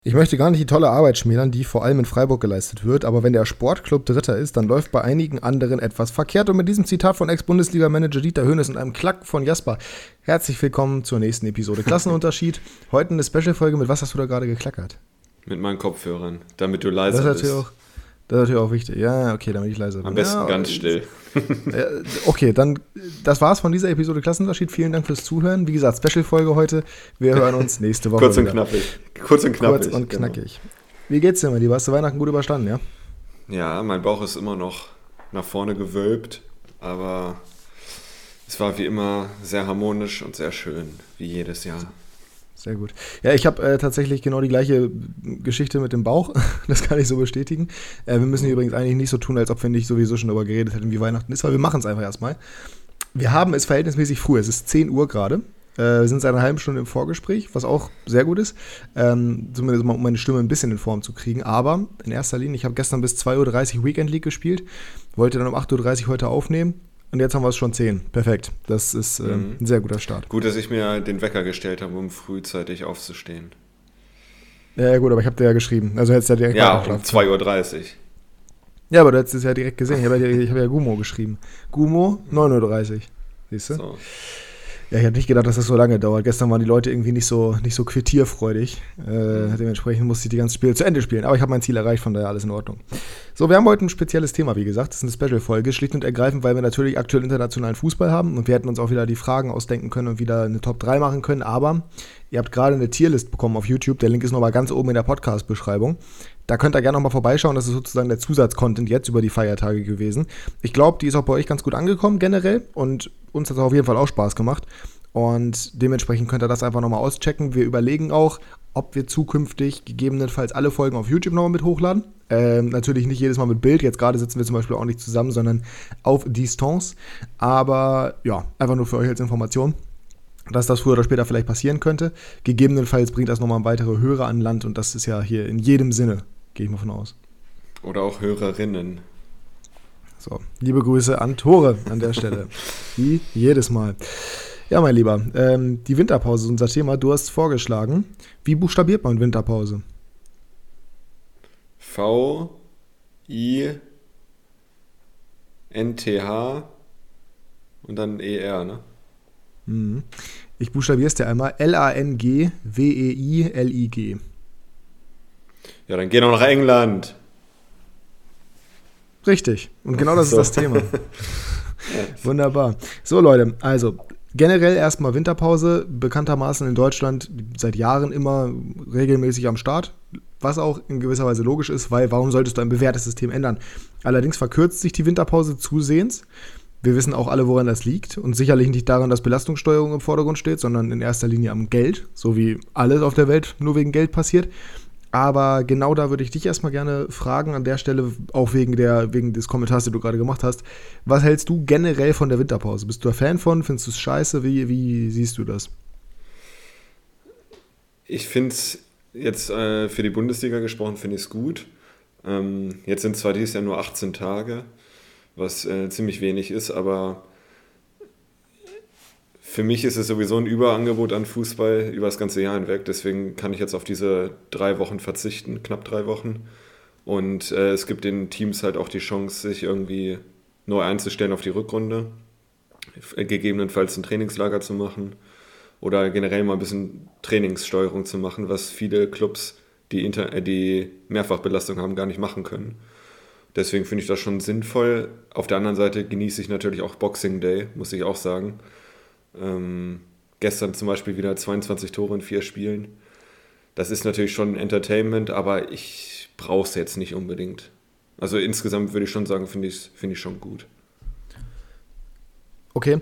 Ich möchte gar nicht die tolle Arbeit schmälern, die vor allem in Freiburg geleistet wird, aber wenn der Sportclub Dritter ist, dann läuft bei einigen anderen etwas verkehrt. Und mit diesem Zitat von Ex-Bundesliga-Manager Dieter Hoeneß und einem Klack von Jasper, herzlich willkommen zur nächsten Episode Klassenunterschied. Heute eine Special-Folge. Mit was hast du da gerade geklackert? Mit meinen Kopfhörern, damit du leiser bist. Das ist natürlich auch wichtig. Ja, okay, damit ich leiser bin. Am besten ganz still. Okay, dann, das war's von dieser Episode Klassenunterschied. Vielen Dank fürs Zuhören. Wie gesagt, Special-Folge heute. Wir hören uns nächste Woche Kurz und wieder. knackig. Kurz und knackig. Genau. Wie geht's dir, mein Lieber? Hast du Weihnachten gut überstanden, ja? Ja, mein Bauch ist immer noch nach vorne gewölbt, aber es war wie immer sehr harmonisch und sehr schön, wie jedes Jahr. Sehr gut. Ja, ich habe tatsächlich genau die gleiche Geschichte mit dem Bauch. Das kann ich so bestätigen. Wir müssen hier übrigens eigentlich nicht so tun, als ob wir nicht sowieso schon darüber geredet hätten, wie Weihnachten ist, weil wir machen es einfach erstmal. Wir haben es verhältnismäßig früh. Es ist 10 Uhr gerade. Wir sind seit einer halben Stunde im Vorgespräch, was auch sehr gut ist. Zumindest mal, um meine Stimme ein bisschen in Form zu kriegen. Aber in erster Linie, ich habe gestern bis 2:30 Uhr Weekend League gespielt, wollte dann um 8:30 Uhr heute aufnehmen. Und jetzt haben wir es schon 10. Perfekt. Das ist ein sehr guter Start. Gut, dass ich mir den Wecker gestellt habe, um frühzeitig aufzustehen. Ja, gut, aber ich habe dir ja geschrieben. Also hättest du ja direkt um 2:30 Uhr. Ja, aber du hättest es ja direkt gesehen. Ich habe ja Gumo geschrieben. Gumo, 9:30 Uhr. Siehst du? So. Ja, ich hätte nicht gedacht, dass das so lange dauert. Gestern waren die Leute irgendwie nicht so quittierfreudig. Dementsprechend musste ich die ganzen Spiele zu Ende spielen. Aber ich habe mein Ziel erreicht, von daher alles in Ordnung. So, wir haben heute ein spezielles Thema, wie gesagt. Das ist eine Special-Folge. Schlicht und ergreifend, weil wir natürlich aktuell internationalen Fußball haben. Und wir hätten uns auch wieder die Fragen ausdenken können und wieder eine Top 3 machen können. Aber ihr habt gerade eine Tierlist bekommen auf YouTube. Der Link ist nochmal ganz oben in der Podcast-Beschreibung. Da könnt ihr gerne nochmal vorbeischauen. Das ist sozusagen der Zusatzcontent jetzt über die Feiertage gewesen. Ich glaube, die ist auch bei euch ganz gut angekommen generell. Und uns hat es auf jeden Fall auch Spaß gemacht. Und dementsprechend könnt ihr das einfach nochmal auschecken. Wir überlegen auch, ob wir zukünftig gegebenenfalls alle Folgen auf YouTube nochmal mit hochladen. Natürlich nicht jedes Mal mit Bild. Jetzt gerade sitzen wir zum Beispiel auch nicht zusammen, sondern auf Distanz. Aber ja, einfach nur für euch als Information, dass das früher oder später vielleicht passieren könnte. Gegebenenfalls bringt das nochmal weitere Hörer an Land. Und das ist ja hier in jedem Sinne, gehe ich mal von aus. Oder auch Hörerinnen. So, liebe Grüße an Tore an der Stelle. Wie jedes Mal. Ja, mein Lieber, die Winterpause ist unser Thema. Du hast vorgeschlagen. Wie buchstabiert man Winterpause? V-I-N-T-H und dann E-R, ne? Ich buchstabiere es dir einmal. L-A-N-G-W-E-I-L-I-G. Ja, dann geh doch nach England. Richtig. Und genau das ist das Thema. Wunderbar. So, Leute, also generell erstmal Winterpause, bekanntermaßen in Deutschland seit Jahren immer regelmäßig am Start, was auch in gewisser Weise logisch ist, weil warum solltest du ein bewährtes System ändern? Allerdings verkürzt sich die Winterpause zusehends. Wir wissen auch alle, woran das liegt und sicherlich nicht daran, dass Belastungssteuerung im Vordergrund steht, sondern in erster Linie am Geld, so wie alles auf der Welt nur wegen Geld passiert. Aber genau da würde ich dich erstmal gerne fragen, an der Stelle, auch wegen des Kommentars, den du gerade gemacht hast. Was hältst du generell von der Winterpause? Bist du ein Fan von? Findest du es scheiße? Wie siehst du das? Ich finde es jetzt für die Bundesliga gesprochen, finde ich es gut. Jetzt sind zwar dieses Jahr nur 18 Tage, was ziemlich wenig ist, aber für mich ist es sowieso ein Überangebot an Fußball über das ganze Jahr hinweg. Deswegen kann ich jetzt auf diese 3 Wochen verzichten, knapp 3 Wochen. Und es gibt den Teams halt auch die Chance, sich irgendwie neu einzustellen auf die Rückrunde. Gegebenenfalls ein Trainingslager zu machen. Oder generell mal ein bisschen Trainingssteuerung zu machen, was viele Clubs, die Mehrfachbelastung haben, gar nicht machen können. Deswegen finde ich das schon sinnvoll. Auf der anderen Seite genieße ich natürlich auch Boxing Day, muss ich auch sagen. Gestern zum Beispiel wieder 22 Tore in 4 Spielen. Das ist natürlich schon Entertainment, aber ich brauche es jetzt nicht unbedingt. Also insgesamt würde ich schon sagen, finde ich schon gut. Okay,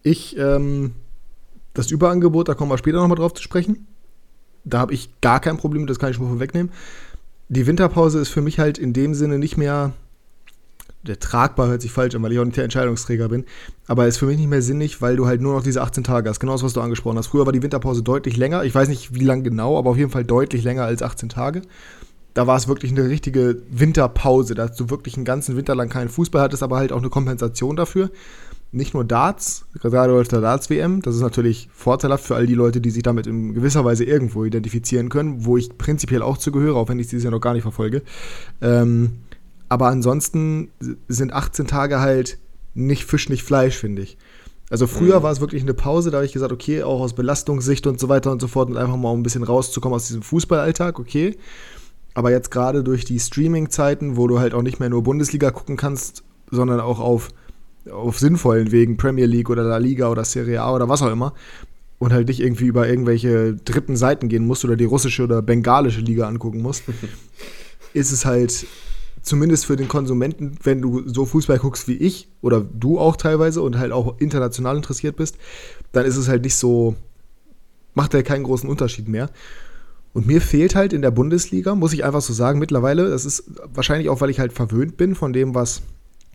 das Überangebot, da kommen wir später nochmal drauf zu sprechen. Da habe ich gar kein Problem, das kann ich schon mal vorwegnehmen. Die Winterpause ist für mich halt in dem Sinne nicht mehr, der tragbar hört sich falsch an, weil ich auch nicht der Entscheidungsträger bin, aber ist für mich nicht mehr sinnig, weil du halt nur noch diese 18 Tage hast, genau das, was du angesprochen hast. Früher war die Winterpause deutlich länger, ich weiß nicht wie lang genau, aber auf jeden Fall deutlich länger als 18 Tage. Da war es wirklich eine richtige Winterpause, da du wirklich einen ganzen Winter lang keinen Fußball hattest, aber halt auch eine Kompensation dafür. nicht nur Darts, gerade auf der Darts-WM, das ist natürlich vorteilhaft für all die Leute, die sich damit in gewisser Weise irgendwo identifizieren können, wo ich prinzipiell auch zugehöre, auch wenn ich dieses Jahr noch gar nicht verfolge. Aber ansonsten sind 18 Tage halt nicht Fisch, nicht Fleisch, finde ich. Also früher war es wirklich eine Pause, da habe ich gesagt, okay, auch aus Belastungssicht und so weiter und so fort und einfach mal um ein bisschen rauszukommen aus diesem Fußballalltag, okay. Aber jetzt gerade durch die Streaming-Zeiten, wo du halt auch nicht mehr nur Bundesliga gucken kannst, sondern auch auf sinnvollen Wegen, Premier League oder La Liga oder Serie A oder was auch immer, und halt nicht irgendwie über irgendwelche dritten Seiten gehen musst oder die russische oder bengalische Liga angucken musst, ist es halt zumindest für den Konsumenten, wenn du so Fußball guckst wie ich oder du auch teilweise und halt auch international interessiert bist, dann ist es halt nicht so, macht halt keinen großen Unterschied mehr. Und mir fehlt halt in der Bundesliga, muss ich einfach so sagen, mittlerweile, das ist wahrscheinlich auch, weil ich halt verwöhnt bin von dem, was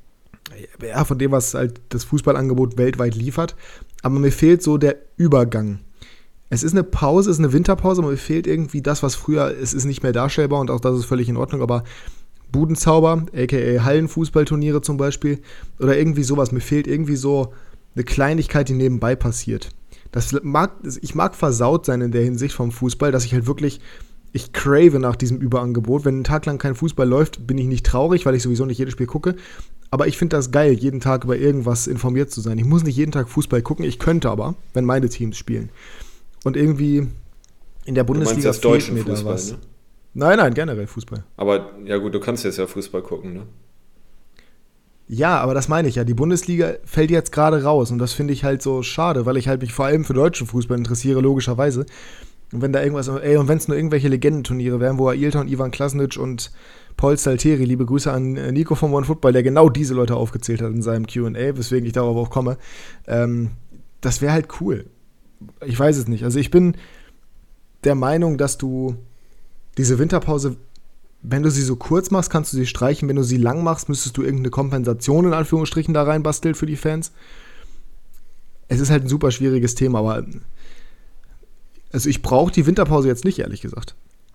halt das Fußballangebot weltweit liefert. Aber mir fehlt so der Übergang. Es ist eine Pause, es ist eine Winterpause, aber mir fehlt irgendwie das, was früher, es ist nicht mehr darstellbar und auch das ist völlig in Ordnung, aber Budenzauber, a.k.a. Hallenfußballturniere zum Beispiel, oder irgendwie sowas. Mir fehlt irgendwie so eine Kleinigkeit, die nebenbei passiert. Ich mag versaut sein in der Hinsicht vom Fußball, dass ich halt wirklich, ich crave nach diesem Überangebot. Wenn ein Tag lang kein Fußball läuft, bin ich nicht traurig, weil ich sowieso nicht jedes Spiel gucke. Aber ich finde das geil, jeden Tag über irgendwas informiert zu sein. Ich muss nicht jeden Tag Fußball gucken, ich könnte aber, wenn meine Teams spielen. Und irgendwie in der Bundesliga fehlt mir da was. Ne? Nein, generell Fußball. Aber ja gut, du kannst jetzt ja Fußball gucken, ne? Ja, aber das meine ich ja. Die Bundesliga fällt jetzt gerade raus und das finde ich halt so schade, weil ich halt mich vor allem für deutschen Fußball interessiere, logischerweise. Und wenn da irgendwas, und wenn es nur irgendwelche Legendenturniere wären, wo Ailton, Ivan Klasnic und Paul Stalteri, liebe Grüße an Nico vom OneFootball, der genau diese Leute aufgezählt hat in seinem Q&A, weswegen ich darauf auch komme, das wäre halt cool. Ich weiß es nicht. Also ich bin der Meinung, dass du diese Winterpause, wenn du sie so kurz machst, kannst du sie streichen. Wenn du sie lang machst, müsstest du irgendeine Kompensation in Anführungsstrichen da reinbasteln für die Fans. Es ist halt ein super schwieriges Thema, aber also ich brauche die Winterpause jetzt nicht, ehrlich gesagt.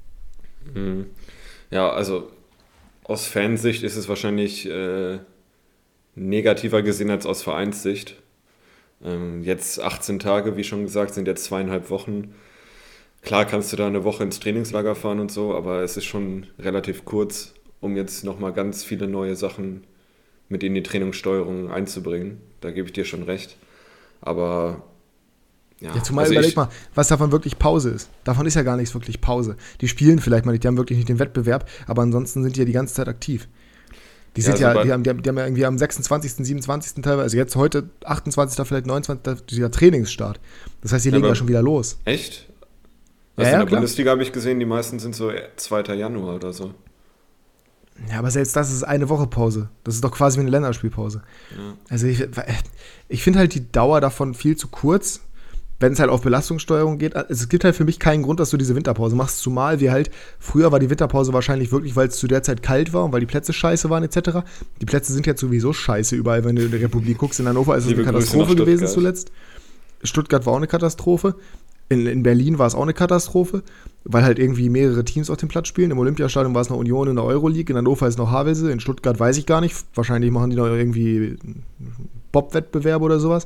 Ja, also aus Fansicht ist es wahrscheinlich negativer gesehen als aus Vereinssicht. Jetzt 18 Tage, wie schon gesagt, sind jetzt 2,5 Wochen. Klar kannst du da eine Woche ins Trainingslager fahren und so, aber es ist schon relativ kurz, um jetzt nochmal ganz viele neue Sachen mit in die Trainingssteuerung einzubringen. Da gebe ich dir schon recht. Aber ja, zumal also überleg mal, was davon wirklich Pause ist. Davon ist ja gar nichts wirklich Pause. Die spielen vielleicht mal nicht, die haben wirklich nicht den Wettbewerb, aber ansonsten sind die ja die ganze Zeit aktiv. Die haben ja irgendwie am 26., 27. teilweise, also jetzt heute 28., vielleicht 29. dieser Trainingsstart. Das heißt, die legen ja schon wieder los. Echt? Also in der Bundesliga habe ich gesehen, die meisten sind so 2. Januar oder so. Ja, aber selbst das ist eine Woche Pause. Das ist doch quasi wie eine Länderspielpause. Ja. Also ich finde halt die Dauer davon viel zu kurz, wenn es halt auf Belastungssteuerung geht. Also es gibt halt für mich keinen Grund, dass du diese Winterpause machst, zumal wir halt, früher war die Winterpause wahrscheinlich wirklich, weil es zu der Zeit kalt war und weil die Plätze scheiße waren etc. Die Plätze sind jetzt sowieso scheiße überall, wenn du in der Republik guckst. In Hannover ist es eine Katastrophe gewesen zuletzt. Stuttgart war auch eine Katastrophe. In Berlin war es auch eine Katastrophe, weil halt irgendwie mehrere Teams auf dem Platz spielen. Im Olympiastadion war es noch Union in der Euroleague, in Hannover ist noch Havelse, in Stuttgart weiß ich gar nicht. Wahrscheinlich machen die noch irgendwie Bob-Wettbewerbe oder sowas.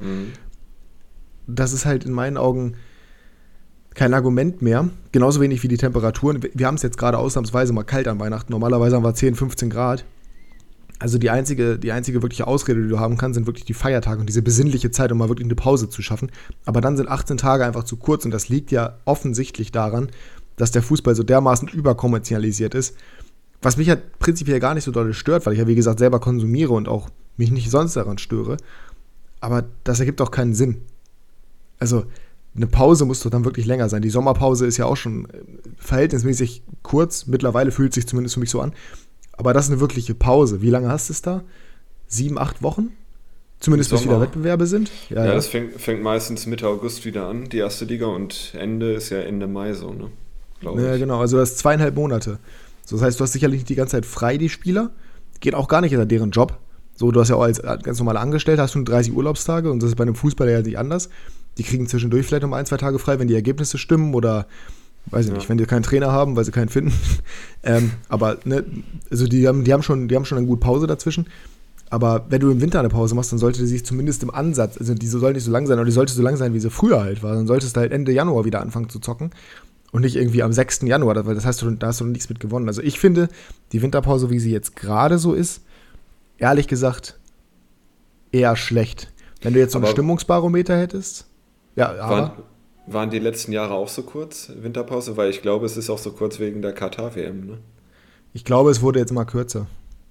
Das ist halt in meinen Augen kein Argument mehr. Genauso wenig wie die Temperaturen. Wir haben es jetzt gerade ausnahmsweise mal kalt an Weihnachten. Normalerweise haben wir 10, 15 Grad. Also die einzige wirkliche Ausrede, die du haben kannst, sind wirklich die Feiertage und diese besinnliche Zeit, um mal wirklich eine Pause zu schaffen. Aber dann sind 18 Tage einfach zu kurz und das liegt ja offensichtlich daran, dass der Fußball so dermaßen überkommerzialisiert ist, was mich halt prinzipiell gar nicht so doll stört, weil ich ja wie gesagt selber konsumiere und auch mich nicht sonst daran störe. Aber das ergibt auch keinen Sinn. Also eine Pause muss doch dann wirklich länger sein. Die Sommerpause ist ja auch schon verhältnismäßig kurz. Mittlerweile fühlt es sich zumindest für mich so an. Aber das ist eine wirkliche Pause. Wie lange hast du es da? 7, 8 Wochen? Zumindest bis wieder Wettbewerbe sind? Ja, das fängt meistens Mitte August wieder an, die erste Liga. Und Ende ist ja Ende Mai so, ne? Glaube ich. Ja, genau. Also das ist 2,5 Monate. So, das heißt, du hast sicherlich nicht die ganze Zeit frei, die Spieler. Geht auch gar nicht in deren Job. So, du hast ja auch als ganz normaler Angestellter hast du nur 30 Urlaubstage und das ist bei einem Fußballer ja nicht anders. Die kriegen zwischendurch vielleicht um 1, 2 Tage frei, wenn die Ergebnisse stimmen oder weiß ich nicht, wenn die keinen Trainer haben, weil sie keinen finden. Aber ne, also die haben schon eine gute Pause dazwischen. Aber wenn du im Winter eine Pause machst, dann sollte die sich zumindest im Ansatz, also die soll nicht so lang sein, aber die sollte so lang sein, wie sie früher halt war. Dann solltest du halt Ende Januar wieder anfangen zu zocken und nicht irgendwie am 6. Januar, weil das heißt, da hast du noch nichts mit gewonnen. Also ich finde, die Winterpause, wie sie jetzt gerade so ist, ehrlich gesagt, eher schlecht. Wenn du jetzt so ein Stimmungsbarometer hättest, ja, aber... Waren die letzten Jahre auch so kurz, Winterpause? Weil ich glaube, es ist auch so kurz wegen der Katar-WM, ne? Ich glaube, es wurde jetzt mal kürzer.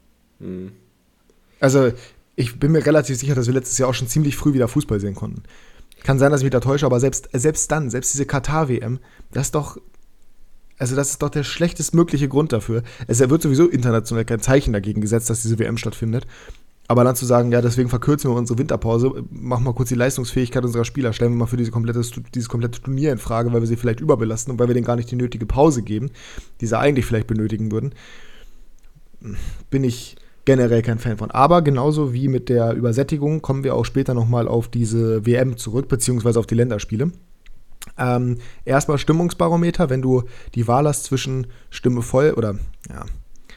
Also, ich bin mir relativ sicher, dass wir letztes Jahr auch schon ziemlich früh wieder Fußball sehen konnten. Kann sein, dass ich mich da täusche, aber selbst diese Katar-WM, das ist doch der schlechtestmögliche Grund dafür. Es wird sowieso international kein Zeichen dagegen gesetzt, dass diese WM stattfindet. Aber dann zu sagen, ja, deswegen verkürzen wir unsere Winterpause, machen mal kurz die Leistungsfähigkeit unserer Spieler, stellen wir mal für dieses komplette Turnier in Frage, weil wir sie vielleicht überbelasten und weil wir denen gar nicht die nötige Pause geben, die sie eigentlich vielleicht benötigen würden, bin ich generell kein Fan von. Aber genauso wie mit der Übersättigung kommen wir auch später nochmal auf diese WM zurück, beziehungsweise auf die Länderspiele. Erstmal Stimmungsbarometer, wenn du die Wahl hast zwischen Stimme voll oder, ja,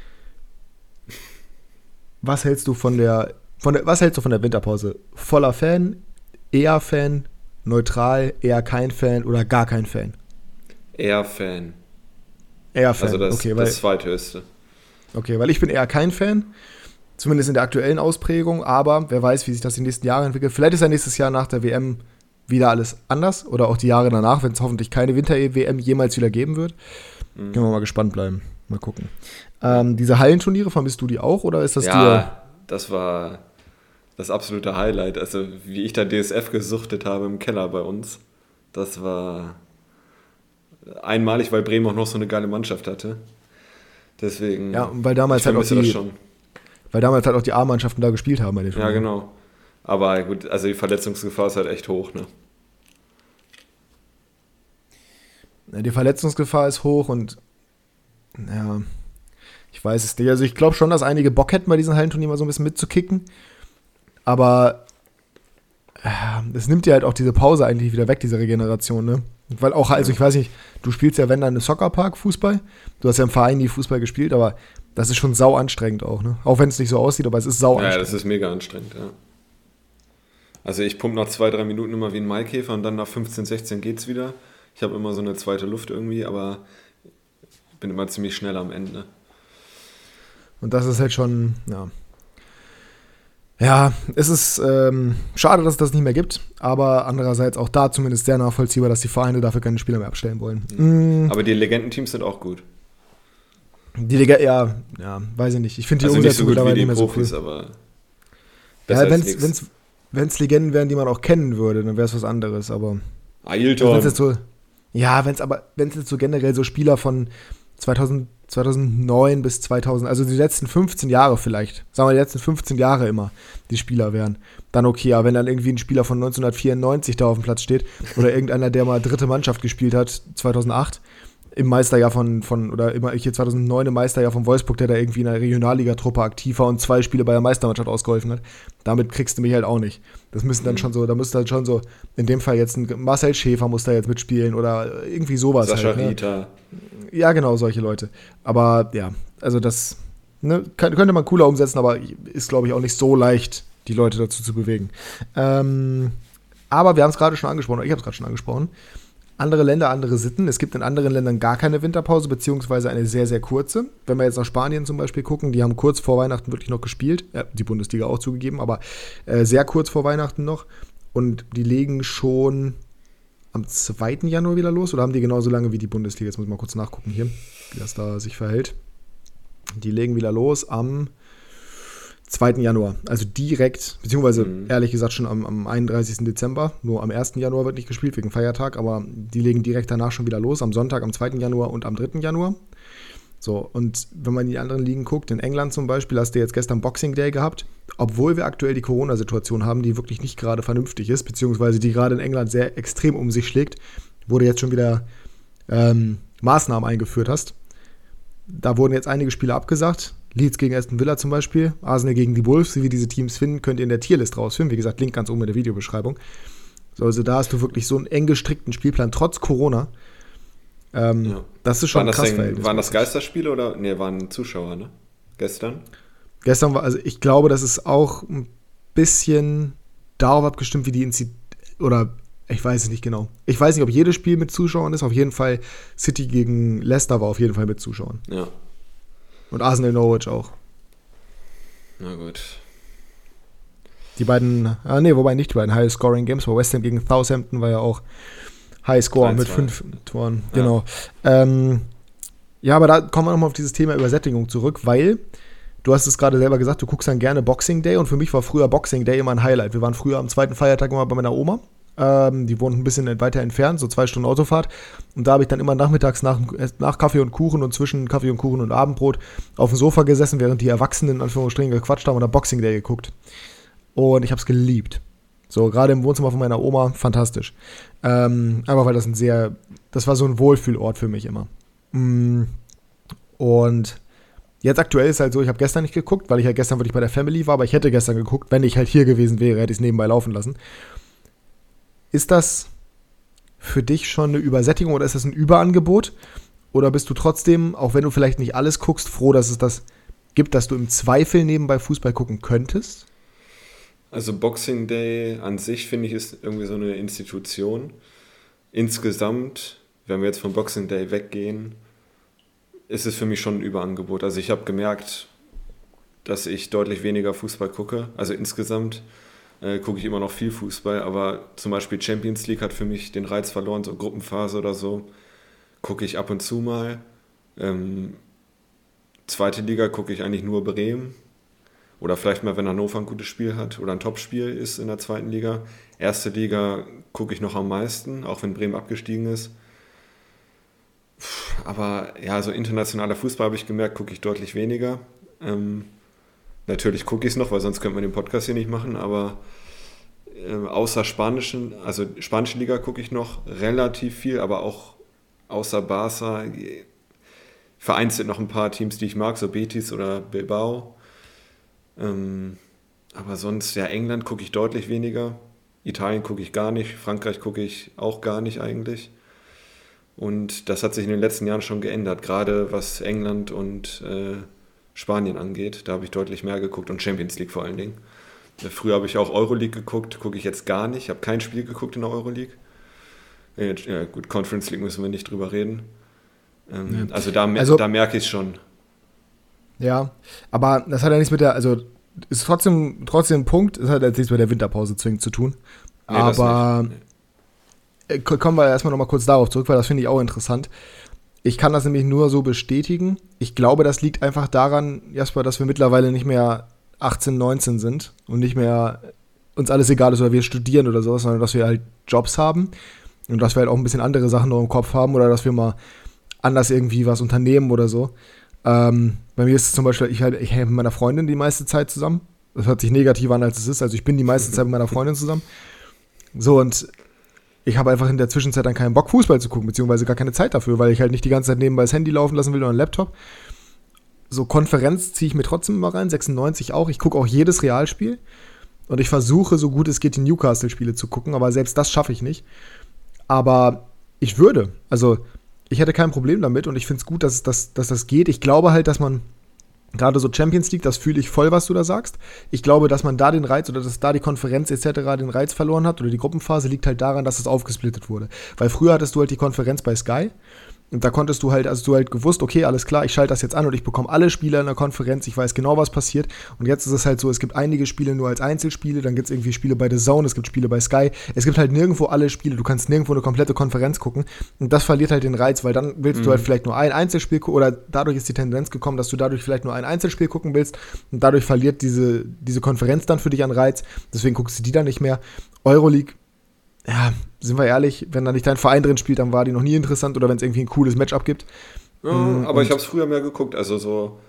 was hältst du von der Winterpause? Voller Fan, eher Fan, neutral, eher kein Fan oder gar kein Fan? Eher Fan. Eher Fan, also okay. Das zweithöchste. Okay, weil ich bin eher kein Fan, zumindest in der aktuellen Ausprägung, aber wer weiß, wie sich das die nächsten Jahre entwickelt. Vielleicht ist ja nächstes Jahr nach der WM wieder alles anders oder auch die Jahre danach, wenn es hoffentlich keine Winter-WM jemals wieder geben wird. Können wir mal gespannt bleiben. Mal gucken. Diese Hallenturniere, vermisst du die auch oder ist das dir... Ja, das war das absolute Highlight. Also wie ich da DSF gesuchtet habe im Keller bei uns, das war einmalig, weil Bremen auch noch so eine geile Mannschaft hatte. Deswegen... Ja, weil damals halt auch die A-Mannschaften da gespielt haben bei den Turnieren. Ja, genau. Aber gut, also die Verletzungsgefahr ist halt echt hoch, ne? Die Verletzungsgefahr ist hoch und ja, ich weiß es nicht. Also ich glaube schon, dass einige Bock hätten, bei diesen Hallenturnieren mal so ein bisschen mitzukicken. Aber es nimmt dir halt auch diese Pause eigentlich wieder weg, diese Regeneration, ne? Weil auch, also ich weiß nicht, du spielst ja, wenn dann, eine Soccerpark-Fußball. Du hast ja im Verein nie Fußball gespielt, aber das ist schon sau anstrengend auch, ne? Auch wenn es nicht so aussieht, aber es ist sau anstrengend. Ja, das ist mega anstrengend, ja. Also ich pumpe nach 2-3 Minuten immer wie ein Maikäfer und dann nach 15, 16 geht's wieder. Ich habe immer so eine zweite Luft irgendwie, aber bin immer ziemlich schnell am Ende. Und das ist halt schon, ja. Ja, es ist schade, dass es das nicht mehr gibt, aber andererseits auch da zumindest sehr nachvollziehbar, dass die Vereine dafür keine Spieler mehr abstellen wollen. Aber die Legendenteams sind auch gut. Ja, weiß ich nicht. Ich finde die also Umsetzung nicht so gut wie die nicht mehr Profis, so cool. aber ja, wenn es Legenden wären, die man auch kennen würde, dann wäre es was anderes, aber Ailton. Wenn es jetzt so generell so Spieler von 2009 bis 2000, also die letzten 15 Jahre vielleicht, sagen wir die letzten 15 Jahre immer, die Spieler wären, dann okay, aber wenn dann irgendwie ein Spieler von 1994 da auf dem Platz steht oder irgendeiner, der mal dritte Mannschaft gespielt hat, 2008, im Meisterjahr oder immer hier 2009 im Meisterjahr von Wolfsburg, der da irgendwie in einer Regionalligatruppe aktiv war und 2 Spiele bei der Meistermannschaft ausgeholfen hat, damit kriegst du mich halt auch nicht. Das müssen dann schon so, da müsste dann schon so, in dem Fall jetzt ein Marcel Schäfer muss da jetzt mitspielen oder irgendwie sowas. Sascha halt, Rita. Ne? Ja, genau, solche Leute. Aber ja, also das könnte man cooler umsetzen, aber ist, glaube ich, auch nicht so leicht, die Leute dazu zu bewegen. Aber wir haben es gerade schon angesprochen, oder ich habe es gerade schon angesprochen. Andere Länder, andere Sitten. Es gibt in anderen Ländern gar keine Winterpause, beziehungsweise eine sehr, sehr kurze. Wenn wir jetzt nach Spanien zum Beispiel gucken, die haben kurz vor Weihnachten wirklich noch gespielt. Ja, die Bundesliga auch zugegeben, aber sehr kurz vor Weihnachten noch. Und die legen schon am 2. Januar wieder los, oder haben die genauso lange wie die Bundesliga? Jetzt muss ich mal kurz nachgucken hier, wie das da sich verhält. Die legen wieder los am 2. Januar, also direkt, beziehungsweise ehrlich gesagt schon am 31. Dezember, nur am 1. Januar wird nicht gespielt wegen Feiertag, aber die legen direkt danach schon wieder los, am Sonntag, am 2. Januar und am 3. Januar. So, und wenn man in die anderen Ligen guckt, in England zum Beispiel, hast du jetzt gestern Boxing Day gehabt, obwohl wir aktuell die Corona-Situation haben, die wirklich nicht gerade vernünftig ist, beziehungsweise die gerade in England sehr extrem um sich schlägt, wo du jetzt schon wieder Maßnahmen eingeführt hast. Da wurden jetzt einige Spiele abgesagt, Leeds gegen Aston Villa zum Beispiel, Arsenal gegen die Wolves, wie wir diese Teams finden, könnt ihr in der Tierlist rausfinden. Wie gesagt, Link ganz oben in der Videobeschreibung. So, also da hast du wirklich so einen eng gestrickten Spielplan, trotz Corona. Das ist schon krass. Waren das Geisterspiele oder? Ne, waren Zuschauer, ne? Gestern? Gestern war, also ich glaube, das ist auch ein bisschen darauf abgestimmt, wie oder ich weiß es nicht genau. Ich weiß nicht, ob jedes Spiel mit Zuschauern ist. Auf jeden Fall City gegen Leicester war auf jeden Fall mit Zuschauern. Ja. Und Arsenal Norwich auch. Na gut. Die beiden, wobei nicht die beiden High-Scoring-Games, weil West Ham gegen Southampton war ja auch High-Score mit 5 Toren. Ja. Genau. Aber da kommen wir nochmal auf dieses Thema Übersättigung zurück, weil du hast es gerade selber gesagt, du guckst dann gerne Boxing Day und für mich war früher Boxing Day immer ein Highlight. Wir waren früher am zweiten Feiertag immer bei meiner Oma. Die wohnt ein bisschen weiter entfernt, so 2 Stunden Autofahrt. Und da habe ich dann immer nachmittags nach Kaffee und Kuchen und zwischen Kaffee und Kuchen und Abendbrot auf dem Sofa gesessen, während die Erwachsenen in Anführungsstrichen gequatscht haben und Boxing Day geguckt. Und ich habe es geliebt. So, gerade im Wohnzimmer von meiner Oma, fantastisch. Einfach weil das war so ein Wohlfühlort für mich immer. Und jetzt aktuell ist halt so, ich habe gestern nicht geguckt, weil ich halt gestern wirklich bei der Family war, aber ich hätte gestern geguckt, wenn ich halt hier gewesen wäre, hätte ich es nebenbei laufen lassen. Ist das für dich schon eine Übersättigung oder ist das ein Überangebot? Oder bist du trotzdem, auch wenn du vielleicht nicht alles guckst, froh, dass es das gibt, dass du im Zweifel nebenbei Fußball gucken könntest? Also Boxing Day an sich, finde ich, ist irgendwie so eine Institution. Insgesamt, wenn wir jetzt vom Boxing Day weggehen, ist es für mich schon ein Überangebot. Also ich habe gemerkt, dass ich deutlich weniger Fußball gucke. Also insgesamt gucke ich immer noch viel Fußball, aber zum Beispiel Champions League hat für mich den Reiz verloren, so Gruppenphase oder so, gucke ich ab und zu mal. Zweite Liga gucke ich eigentlich nur Bremen oder vielleicht mal, wenn Hannover ein gutes Spiel hat oder ein Topspiel ist in der zweiten Liga. Erste Liga gucke ich noch am meisten, auch wenn Bremen abgestiegen ist. Aber ja, so internationaler Fußball habe ich gemerkt, gucke ich deutlich weniger. Natürlich gucke ich es noch, weil sonst könnte man den Podcast hier nicht machen, aber außer spanische Liga gucke ich noch relativ viel, aber auch außer Barca vereinzelt noch ein paar Teams, die ich mag, so Betis oder Bilbao. Aber sonst, ja, England gucke ich deutlich weniger, Italien gucke ich gar nicht, Frankreich gucke ich auch gar nicht eigentlich. Und das hat sich in den letzten Jahren schon geändert, gerade was England und Spanien angeht. Da habe ich deutlich mehr geguckt und Champions League vor allen Dingen. Früher habe ich auch Euroleague geguckt, gucke ich jetzt gar nicht. Ich habe kein Spiel geguckt in der Euroleague. Ja, gut, Conference League müssen wir nicht drüber reden. Also da merke ich es schon. Ja, aber das hat ja nichts mit ist trotzdem ein Punkt, es hat jetzt nichts mit der Winterpause zwingend zu tun. Nee, aber kommen wir erstmal nochmal kurz darauf zurück, weil das finde ich auch interessant. Ich kann das nämlich nur so bestätigen. Ich glaube, das liegt einfach daran, Jasper, dass wir mittlerweile nicht mehr 18, 19 sind und nicht mehr uns alles egal ist oder wir studieren oder sowas, sondern dass wir halt Jobs haben und dass wir halt auch ein bisschen andere Sachen noch im Kopf haben oder dass wir mal anders irgendwie was unternehmen oder so. Bei mir ist es zum Beispiel, ich helfe mit meiner Freundin die meiste Zeit zusammen. Das hört sich negativ an, als es ist. Also ich bin die meiste Zeit mit meiner Freundin zusammen. So, und ich habe einfach in der Zwischenzeit dann keinen Bock, Fußball zu gucken, beziehungsweise gar keine Zeit dafür, weil ich halt nicht die ganze Zeit nebenbei das Handy laufen lassen will oder einen Laptop. So Konferenz ziehe ich mir trotzdem immer rein, 96 auch. Ich gucke auch jedes Realspiel und ich versuche, so gut es geht, die Newcastle-Spiele zu gucken, aber selbst das schaffe ich nicht. Aber ich würde, also ich hätte kein Problem damit und ich finde es gut, dass das geht. Ich glaube halt, dass man gerade so Champions League, das fühle ich voll, was du da sagst. Ich glaube, dass man da den Reiz oder dass da die Konferenz etc. den Reiz verloren hat oder die Gruppenphase liegt halt daran, dass es aufgesplittet wurde. Weil früher hattest du halt die Konferenz bei Sky und da konntest du halt, also du halt gewusst, okay, alles klar, ich schalte das jetzt an und ich bekomme alle Spiele in der Konferenz, ich weiß genau, was passiert. Und jetzt ist es halt so, es gibt einige Spiele nur als Einzelspiele, dann gibt es irgendwie Spiele bei The Zone, es gibt Spiele bei Sky, es gibt halt nirgendwo alle Spiele, du kannst nirgendwo eine komplette Konferenz gucken und das verliert halt den Reiz, weil dann willst du halt vielleicht nur ein Einzelspiel gucken oder dadurch ist die Tendenz gekommen, dass du dadurch vielleicht nur ein Einzelspiel gucken willst und dadurch verliert diese Konferenz dann für dich an Reiz, deswegen guckst du die dann nicht mehr. Euroleague, ja, sind wir ehrlich, wenn da nicht dein Verein drin spielt, dann war die noch nie interessant oder wenn es irgendwie ein cooles Matchup gibt. Ja, aber ich habe es früher mehr geguckt, also so,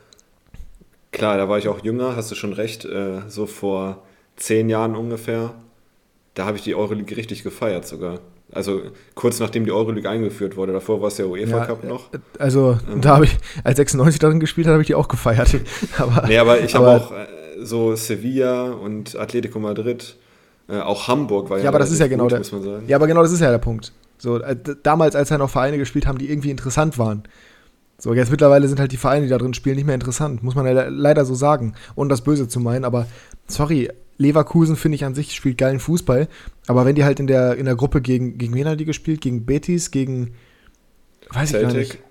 klar, da war ich auch jünger, hast du schon recht, so vor 10 Jahren ungefähr, da habe ich die Euroleague richtig gefeiert sogar. Also kurz nachdem die Euroleague eingeführt wurde, davor war es ja UEFA Cup noch. Also da habe ich, als 96 darin gespielt hat, habe ich die auch gefeiert. Aber ich habe auch so Sevilla und Atletico Madrid, auch Hamburg war ja. Ja, aber das ist ja genau gut, muss man sagen. Ja, aber genau das ist ja der Punkt. So, damals, als ja noch Vereine gespielt haben, die irgendwie interessant waren, So, jetzt mittlerweile sind halt die Vereine, die da drin spielen, nicht mehr interessant. Muss man ja leider so sagen. Ohne das Böse zu meinen. Aber, sorry, Leverkusen, finde ich an sich, spielt geilen Fußball. Aber wenn die halt in der Gruppe gegen wen hat die gespielt? Gegen Betis, gegen, weiß ich gar nicht.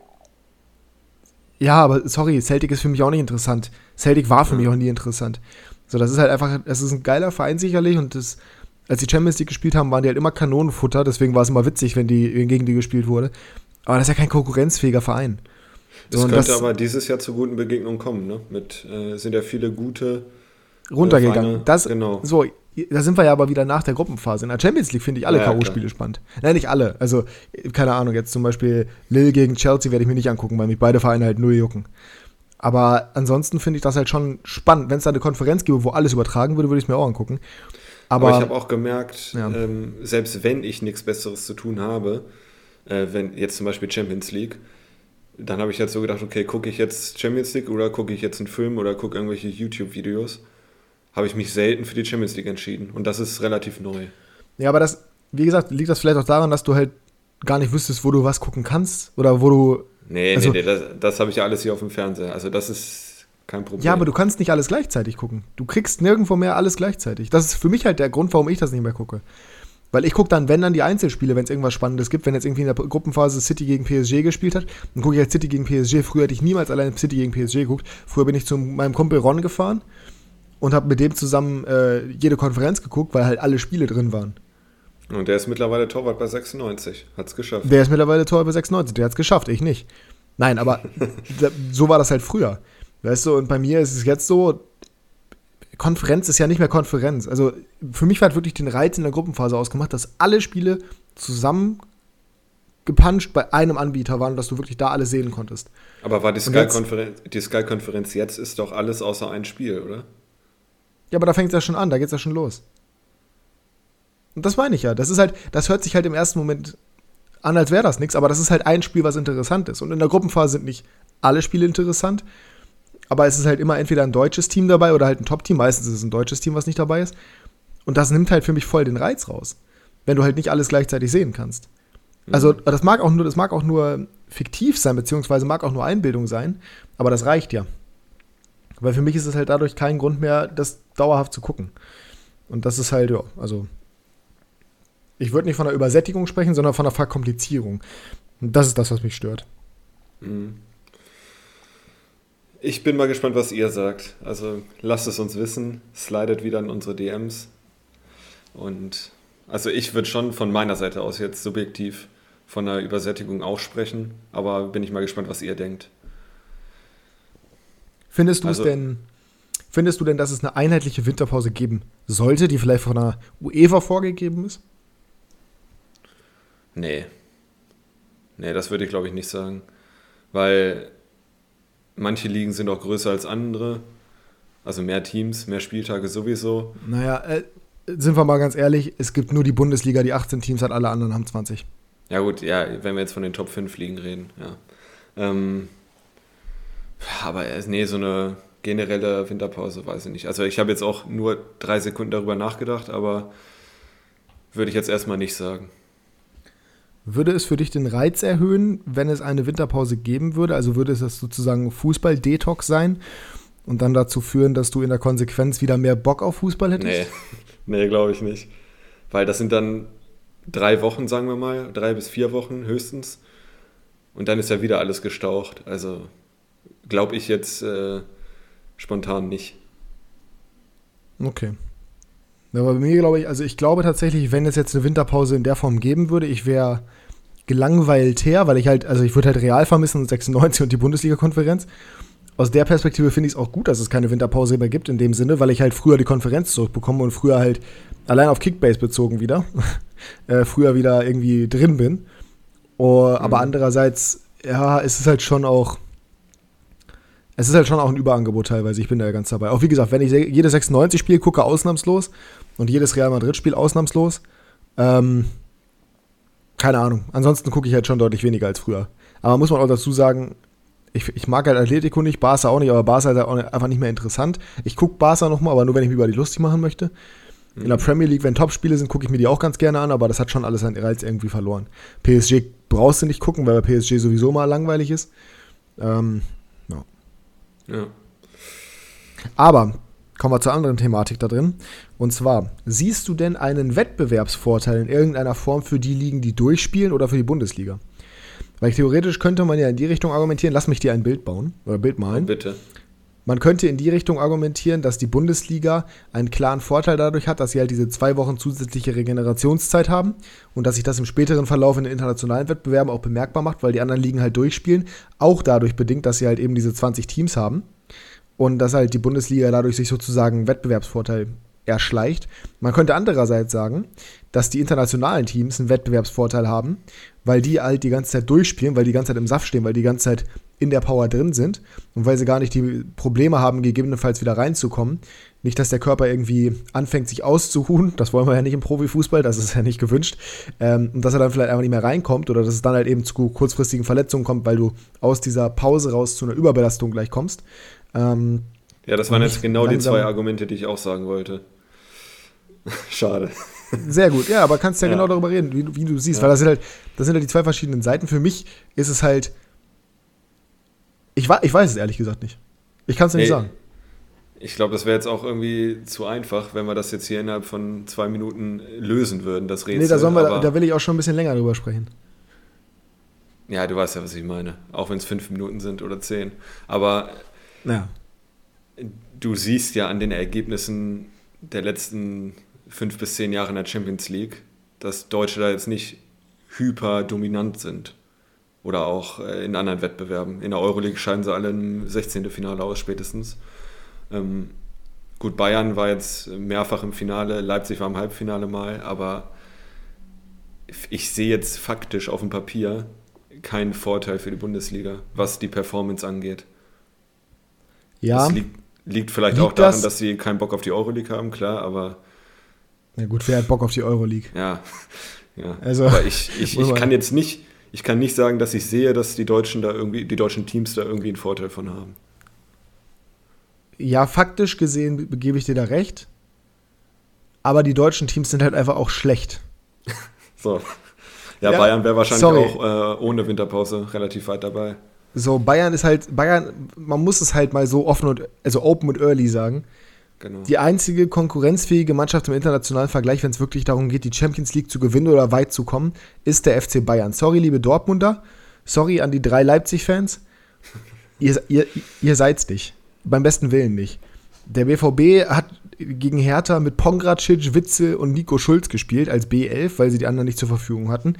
Ja, aber sorry, Celtic ist für mich auch nicht interessant. Celtic war für mich auch nie interessant. So, das ist halt einfach, das ist ein geiler Verein sicherlich und das, als die Champions League gespielt haben, waren die halt immer Kanonenfutter, deswegen war es immer witzig, wenn gegen die gespielt wurde. Aber das ist ja kein konkurrenzfähiger Verein. So, das könnte aber dieses Jahr zu guten Begegnungen kommen, ne? Sind ja viele gute runtergegangen. Genau. So, da sind wir ja aber wieder nach der Gruppenphase. In der Champions League finde ich alle K.O.-Spiele spannend. Nein, nicht alle. Also, keine Ahnung, jetzt zum Beispiel Lille gegen Chelsea werde ich mir nicht angucken, weil mich beide Vereine halt null jucken. Aber ansonsten finde ich das halt schon spannend. Wenn es da eine Konferenz gäbe, wo alles übertragen würde, würde ich es mir auch angucken. Aber ich habe auch gemerkt, selbst wenn ich nichts Besseres zu tun habe, wenn jetzt zum Beispiel Champions League, dann habe ich jetzt so gedacht, okay, gucke ich jetzt Champions League oder gucke ich jetzt einen Film oder gucke irgendwelche YouTube-Videos, habe ich mich selten für die Champions League entschieden. Und das ist relativ neu. Ja, aber das, wie gesagt, liegt das vielleicht auch daran, dass du halt gar nicht wüsstest, wo du was gucken kannst oder wo du... Nee, das habe ich ja alles hier auf dem Fernseher. Also das ist kein Problem. Ja, aber du kannst nicht alles gleichzeitig gucken. Du kriegst nirgendwo mehr alles gleichzeitig. Das ist für mich halt der Grund, warum ich das nicht mehr gucke. Weil ich gucke dann, wenn dann die Einzelspiele, wenn es irgendwas Spannendes gibt, wenn jetzt irgendwie in der Gruppenphase City gegen PSG gespielt hat, dann gucke ich halt City gegen PSG. Früher hätte ich niemals alleine City gegen PSG geguckt. Früher bin ich zu meinem Kumpel Ron gefahren und habe mit dem zusammen jede Konferenz geguckt, weil halt alle Spiele drin waren. Und der ist mittlerweile Torwart bei 96. Hat's geschafft. Der ist mittlerweile Torwart bei 96. Der hat's geschafft, ich nicht. Nein, aber so war das halt früher. Weißt du, und bei mir ist es jetzt so, Konferenz ist ja nicht mehr Konferenz. Also für mich war halt wirklich den Reiz in der Gruppenphase ausgemacht, dass alle Spiele zusammen gepuncht bei einem Anbieter waren, dass du wirklich da alles sehen konntest. Aber war die Sky-Konferenz jetzt ist doch alles außer ein Spiel, oder? Ja, aber da fängt es ja schon an, da geht's ja schon los. Und das meine ich ja. Das ist halt, das hört sich halt im ersten Moment an, als wäre das nichts, aber das ist halt ein Spiel, was interessant ist. Und in der Gruppenphase sind nicht alle Spiele interessant, aber es ist halt immer entweder ein deutsches Team dabei oder halt ein Top-Team. Meistens ist es ein deutsches Team, was nicht dabei ist. Und das nimmt halt für mich voll den Reiz raus, wenn du halt nicht alles gleichzeitig sehen kannst. Also das mag auch nur fiktiv sein, beziehungsweise mag auch nur Einbildung sein, aber das reicht ja. Weil für mich ist es halt dadurch kein Grund mehr, das dauerhaft zu gucken. Und das ist halt, ja, also ich würde nicht von einer Übersättigung sprechen, sondern von einer Verkomplizierung. Und das ist das, was mich stört. Ich bin mal gespannt, was ihr sagt. Also lasst es uns wissen. Slidet wieder in unsere DMs. Und also ich würde schon von meiner Seite aus jetzt subjektiv von einer Übersättigung auch sprechen. Aber bin ich mal gespannt, was ihr denkt. Findest du denn, dass es eine einheitliche Winterpause geben sollte, die vielleicht von einer UEFA vorgegeben ist? Nee, das würde ich glaube ich nicht sagen. Weil manche Ligen sind auch größer als andere. Also mehr Teams, mehr Spieltage sowieso. Naja, sind wir mal ganz ehrlich, es gibt nur die Bundesliga, die 18 Teams hat, alle anderen haben 20. Ja gut, ja, wenn wir jetzt von den Top 5 Ligen reden, ja. Aber nee, so eine generelle Winterpause weiß ich nicht. Also ich habe jetzt auch nur 3 Sekunden darüber nachgedacht, aber würde ich jetzt erstmal nicht sagen. Würde es für dich den Reiz erhöhen, wenn es eine Winterpause geben würde? Also würde es das sozusagen Fußball-Detox sein und dann dazu führen, dass du in der Konsequenz wieder mehr Bock auf Fußball hättest? Nee, glaube ich nicht. Weil das sind dann 3 Wochen, sagen wir mal, 3 bis 4 Wochen höchstens. Und dann ist ja wieder alles gestaucht. Also glaube ich jetzt spontan nicht. Okay. Aber bei mir glaube ich, also ich glaube tatsächlich, wenn es jetzt eine Winterpause in der Form geben würde, ich wäre gelangweilt her, weil ich würde halt Real vermissen und 96 und die Bundesliga-Konferenz. Aus der Perspektive finde ich es auch gut, dass es keine Winterpause mehr gibt in dem Sinne, weil ich halt früher die Konferenz zurückbekomme und früher halt allein auf Kickbase bezogen wieder, früher wieder irgendwie drin bin. Aber andererseits, ja, es ist halt schon auch ein Überangebot teilweise, ich bin da ja ganz dabei. Auch wie gesagt, wenn ich jedes 96-Spiel gucke, ausnahmslos, und jedes Real Madrid-Spiel ausnahmslos, keine Ahnung. Ansonsten gucke ich halt schon deutlich weniger als früher. Aber muss man auch dazu sagen, ich mag halt Atletico nicht, Barca auch nicht, aber Barca ist halt auch einfach nicht mehr interessant. Ich gucke Barca nochmal, aber nur, wenn ich mich über die lustig machen möchte. In der Premier League, wenn Topspiele sind, gucke ich mir die auch ganz gerne an, aber das hat schon alles seinen Reiz irgendwie verloren. PSG brauchst du nicht gucken, weil bei PSG sowieso mal langweilig ist. Ja. Ja. Aber kommen wir zur anderen Thematik da drin. Und zwar, siehst du denn einen Wettbewerbsvorteil in irgendeiner Form für die Ligen, die durchspielen oder für die Bundesliga? Weil theoretisch könnte man ja in die Richtung argumentieren, lass mich dir ein Bild bauen oder Bild malen. Bitte. Man könnte in die Richtung argumentieren, dass die Bundesliga einen klaren Vorteil dadurch hat, dass sie halt diese 2 Wochen zusätzliche Regenerationszeit haben und dass sich das im späteren Verlauf in den internationalen Wettbewerben auch bemerkbar macht, weil die anderen Ligen halt durchspielen. Auch dadurch bedingt, dass sie halt eben diese 20 Teams haben und dass halt die Bundesliga dadurch sich sozusagen einen Wettbewerbsvorteil erschleicht. Man könnte andererseits sagen, dass die internationalen Teams einen Wettbewerbsvorteil haben, weil die halt die ganze Zeit durchspielen, weil die ganze Zeit im Saft stehen, weil die ganze Zeit in der Power drin sind und weil sie gar nicht die Probleme haben, gegebenenfalls wieder reinzukommen. Nicht, dass der Körper irgendwie anfängt, sich auszuruhen. Das wollen wir ja nicht im Profifußball, das ist ja nicht gewünscht. Und dass er dann vielleicht einfach nicht mehr reinkommt oder dass es dann halt eben zu kurzfristigen Verletzungen kommt, weil du aus dieser Pause raus zu einer Überbelastung gleich kommst. Ja, das waren jetzt genau die 2 Argumente, die ich auch sagen wollte. Schade. Sehr gut, ja, aber kannst ja genau darüber reden, wie du siehst, weil das sind halt die 2 verschiedenen Seiten. Für mich ist es halt, ich weiß es ehrlich gesagt nicht. Ich kann es dir nicht sagen. Ich glaube, das wäre jetzt auch irgendwie zu einfach, wenn wir das jetzt hier innerhalb von 2 Minuten lösen würden, das Rätsel. Nee, da will ich auch schon ein bisschen länger drüber sprechen. Ja, du weißt ja, was ich meine. Auch wenn es 5 Minuten sind oder 10. Aber du siehst ja an den Ergebnissen der letzten 5 bis 10 Jahre in der Champions League, dass Deutsche da jetzt nicht hyper dominant sind. Oder auch in anderen Wettbewerben. In der Euroleague scheiden sie alle im 16. Finale aus, spätestens. Gut, Bayern war jetzt mehrfach im Finale, Leipzig war im Halbfinale mal, aber ich sehe jetzt faktisch auf dem Papier keinen Vorteil für die Bundesliga, was die Performance angeht. Ja. Das liegt vielleicht auch daran, dass sie keinen Bock auf die Euroleague haben, klar, aber... Na gut, wer hat Bock auf die Euroleague? Ja. Also, aber ich kann jetzt nicht... Ich kann nicht sagen, dass ich sehe, dass die deutschen Teams da irgendwie einen Vorteil von haben. Ja, faktisch gesehen gebe ich dir da recht. Aber die deutschen Teams sind halt einfach auch schlecht. So. Ja, Bayern wäre wahrscheinlich auch ohne Winterpause relativ weit dabei. So, Bayern, man muss es halt mal so open und early sagen. Genau. Die einzige konkurrenzfähige Mannschaft im internationalen Vergleich, wenn es wirklich darum geht, die Champions League zu gewinnen oder weit zu kommen, ist der FC Bayern. Sorry, liebe Dortmunder. Sorry an die 3 Leipzig-Fans. Ihr seid's nicht. Beim besten Willen nicht. Der BVB hat gegen Hertha mit Pongracic, Witzel und Nico Schulz gespielt als B11, weil sie die anderen nicht zur Verfügung hatten.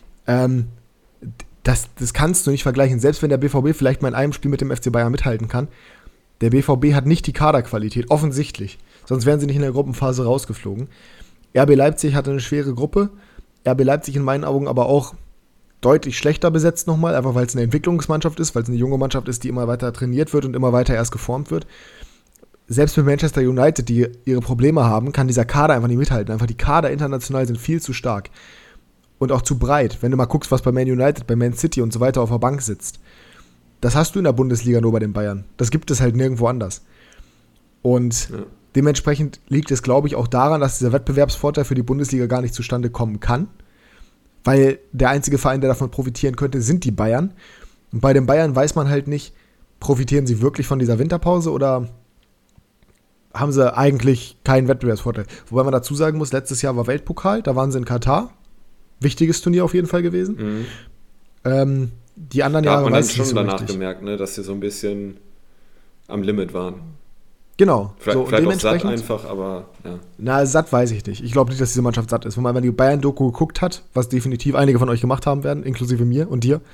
Das kannst du nicht vergleichen. Selbst wenn der BVB vielleicht mal in einem Spiel mit dem FC Bayern mithalten kann, der BVB hat nicht die Kaderqualität, offensichtlich. Sonst wären sie nicht in der Gruppenphase rausgeflogen. RB Leipzig hatte eine schwere Gruppe. RB Leipzig in meinen Augen aber auch deutlich schlechter besetzt nochmal, einfach weil es eine Entwicklungsmannschaft ist, weil es eine junge Mannschaft ist, die immer weiter trainiert wird und immer weiter erst geformt wird. Selbst mit Manchester United, die ihre Probleme haben, kann dieser Kader einfach nicht mithalten. Einfach die Kader international sind viel zu stark. Und auch zu breit. Wenn du mal guckst, was bei Man United, bei Man City und so weiter auf der Bank sitzt. Das hast du in der Bundesliga nur bei den Bayern. Das gibt es halt nirgendwo anders. Und dementsprechend liegt es, glaube ich, auch daran, dass dieser Wettbewerbsvorteil für die Bundesliga gar nicht zustande kommen kann. Weil der einzige Verein, der davon profitieren könnte, sind die Bayern. Und bei den Bayern weiß man halt nicht, profitieren sie wirklich von dieser Winterpause oder haben sie eigentlich keinen Wettbewerbsvorteil. Wobei man dazu sagen muss, letztes Jahr war Weltpokal, da waren sie in Katar. Wichtiges Turnier auf jeden Fall gewesen. Die anderen Jahre weiß ich nicht so richtig. Da hat man dann schon danach gemerkt, ne, dass sie so ein bisschen am Limit waren. Genau. Vielleicht auch satt einfach, aber ja. Na, satt weiß ich nicht. Ich glaube nicht, dass diese Mannschaft satt ist. Wenn man mal die Bayern-Doku geguckt hat, was definitiv einige von euch gemacht haben werden, inklusive mir und dir,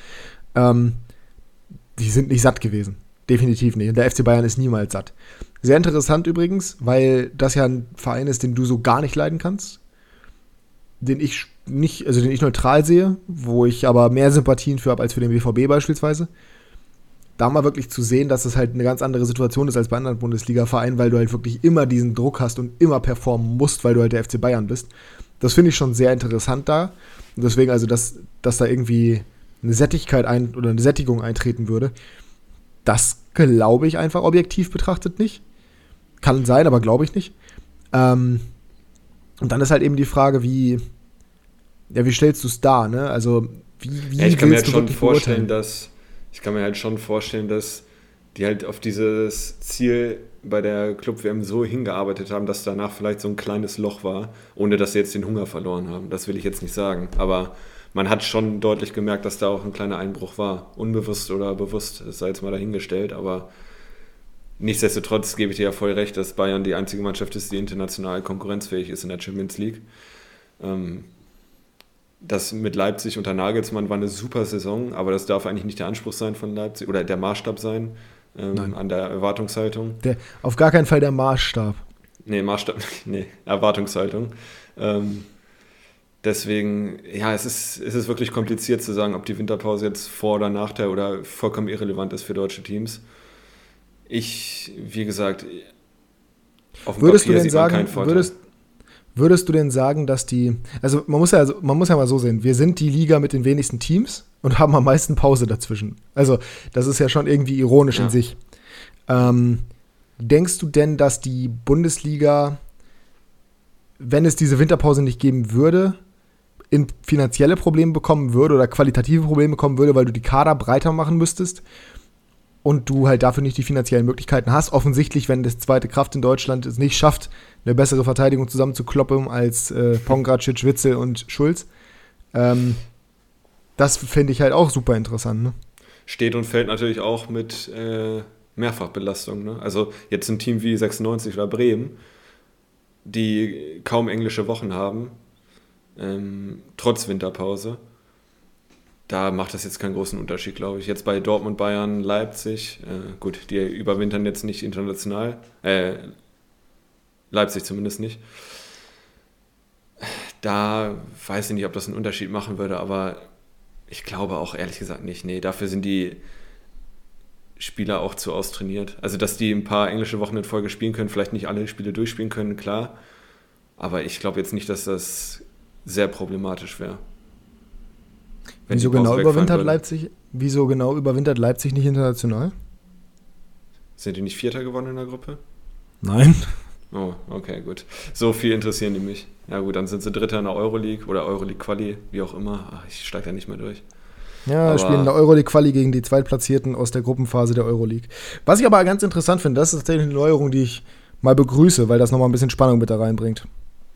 die sind nicht satt gewesen. Definitiv nicht. Und der FC Bayern ist niemals satt. Sehr interessant übrigens, weil das ja ein Verein ist, den du so gar nicht leiden kannst. Den ich neutral sehe, wo ich aber mehr Sympathien für habe als für den BVB beispielsweise. Da mal wirklich zu sehen, dass es halt eine ganz andere Situation ist als bei anderen Bundesliga-Vereinen, weil du halt wirklich immer diesen Druck hast und immer performen musst, weil du halt der FC Bayern bist. Das finde ich schon sehr interessant da. Und deswegen also, dass da irgendwie eine Sättigkeit oder eine Sättigung eintreten würde, das glaube ich einfach objektiv betrachtet nicht. Kann sein, aber glaube ich nicht. Und dann ist halt eben die Frage, wie stellst du es dar, ne? Also, wie ich kann mir jetzt schon vorstellen, dass ich kann mir halt schon vorstellen, dass die halt auf dieses Ziel bei der Club-WM so hingearbeitet haben, dass danach vielleicht so ein kleines Loch war, ohne dass sie jetzt den Hunger verloren haben. Das will ich jetzt nicht sagen. Aber man hat schon deutlich gemerkt, dass da auch ein kleiner Einbruch war. Unbewusst oder bewusst, das sei jetzt mal dahingestellt. Aber nichtsdestotrotz gebe ich dir ja voll recht, dass Bayern die einzige Mannschaft ist, die international konkurrenzfähig ist in der Champions League. Das mit Leipzig unter Nagelsmann war eine super Saison, aber das darf eigentlich nicht der Anspruch sein von Leipzig oder der Maßstab sein an der Erwartungshaltung. Auf gar keinen Fall der Maßstab. Nee, Erwartungshaltung. Deswegen, ja, es ist wirklich kompliziert zu sagen, ob die Winterpause jetzt Vor- oder Nachteil oder vollkommen irrelevant ist für deutsche Teams. Wie gesagt, auf dem Papier sieht man keinen Vorteil. Würdest du denn sagen, dass also man muss ja mal so sehen, wir sind die Liga mit den wenigsten Teams und haben am meisten Pause dazwischen. Also das ist ja schon irgendwie ironisch in sich. Denkst du denn, dass die Bundesliga, wenn es diese Winterpause nicht geben würde, in finanzielle Probleme bekommen würde oder qualitative Probleme bekommen würde, weil du die Kader breiter machen müsstest und du halt dafür nicht die finanziellen Möglichkeiten hast? Offensichtlich, wenn das zweite Kraft in Deutschland es nicht schafft, eine bessere Verteidigung zusammenzukloppen als Pongracic, Witzel und Schulz. Das finde ich halt auch super interessant. Ne? Steht und fällt natürlich auch mit Mehrfachbelastung. Ne? Also jetzt ein Team wie 96 oder Bremen, die kaum englische Wochen haben, trotz Winterpause. Da macht das jetzt keinen großen Unterschied, glaube ich. Jetzt bei Dortmund, Bayern, Leipzig, gut, die überwintern jetzt nicht international, Leipzig zumindest nicht. Da weiß ich nicht, ob das einen Unterschied machen würde, aber ich glaube auch ehrlich gesagt nicht. Nee, dafür sind die Spieler auch zu austrainiert. Also, dass die ein paar englische Wochen in Folge spielen können, vielleicht nicht alle Spiele durchspielen können, klar. Aber ich glaube jetzt nicht, dass das sehr problematisch wäre. Wieso genau überwintert Leipzig nicht international? Sind die nicht Vierter geworden in der Gruppe? Nein. Oh, okay, gut. So viel interessieren die mich. Ja gut, dann sind sie Dritter in der Euroleague oder Euroleague-Quali, wie auch immer. Ach, ich steige da nicht mehr durch. Ja, spielen in der Euroleague-Quali gegen die Zweitplatzierten aus der Gruppenphase der Euroleague. Was ich aber ganz interessant finde, das ist tatsächlich eine Neuerung, die ich mal begrüße, weil das nochmal ein bisschen Spannung mit da reinbringt.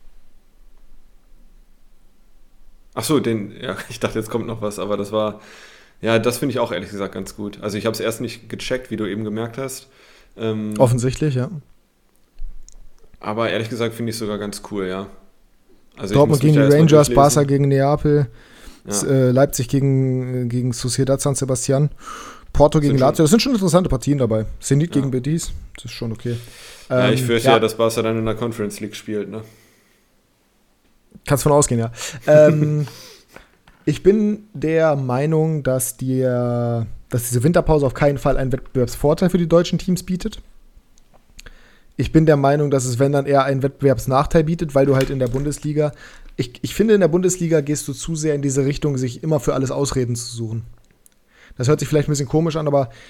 Ach so, ich dachte, jetzt kommt noch was, aber das finde ich auch ehrlich gesagt ganz gut. Also ich habe es erst nicht gecheckt, wie du eben gemerkt hast. Offensichtlich, ja. Aber ehrlich gesagt finde ich es sogar ganz cool, ja. Also Dortmund gegen die Rangers, Barca gegen Neapel, ja. Leipzig gegen Sociedad San Sebastian, Porto gegen Lazio. Das sind schon interessante Partien dabei. Zenit gegen Betis, das ist schon okay. Ja, ich fürchte ja, dass Barca dann in der Conference League spielt, ne? Kannst von ausgehen, ja. Ich bin der Meinung, dass diese Winterpause auf keinen Fall einen Wettbewerbsvorteil für die deutschen Teams bietet. Ich bin der Meinung, dass es, wenn dann eher einen Wettbewerbsnachteil bietet, weil du halt in der Bundesliga, ich finde, in der Bundesliga gehst du zu sehr in diese Richtung, sich immer für alles Ausreden zu suchen. Das hört sich vielleicht ein bisschen komisch an, aber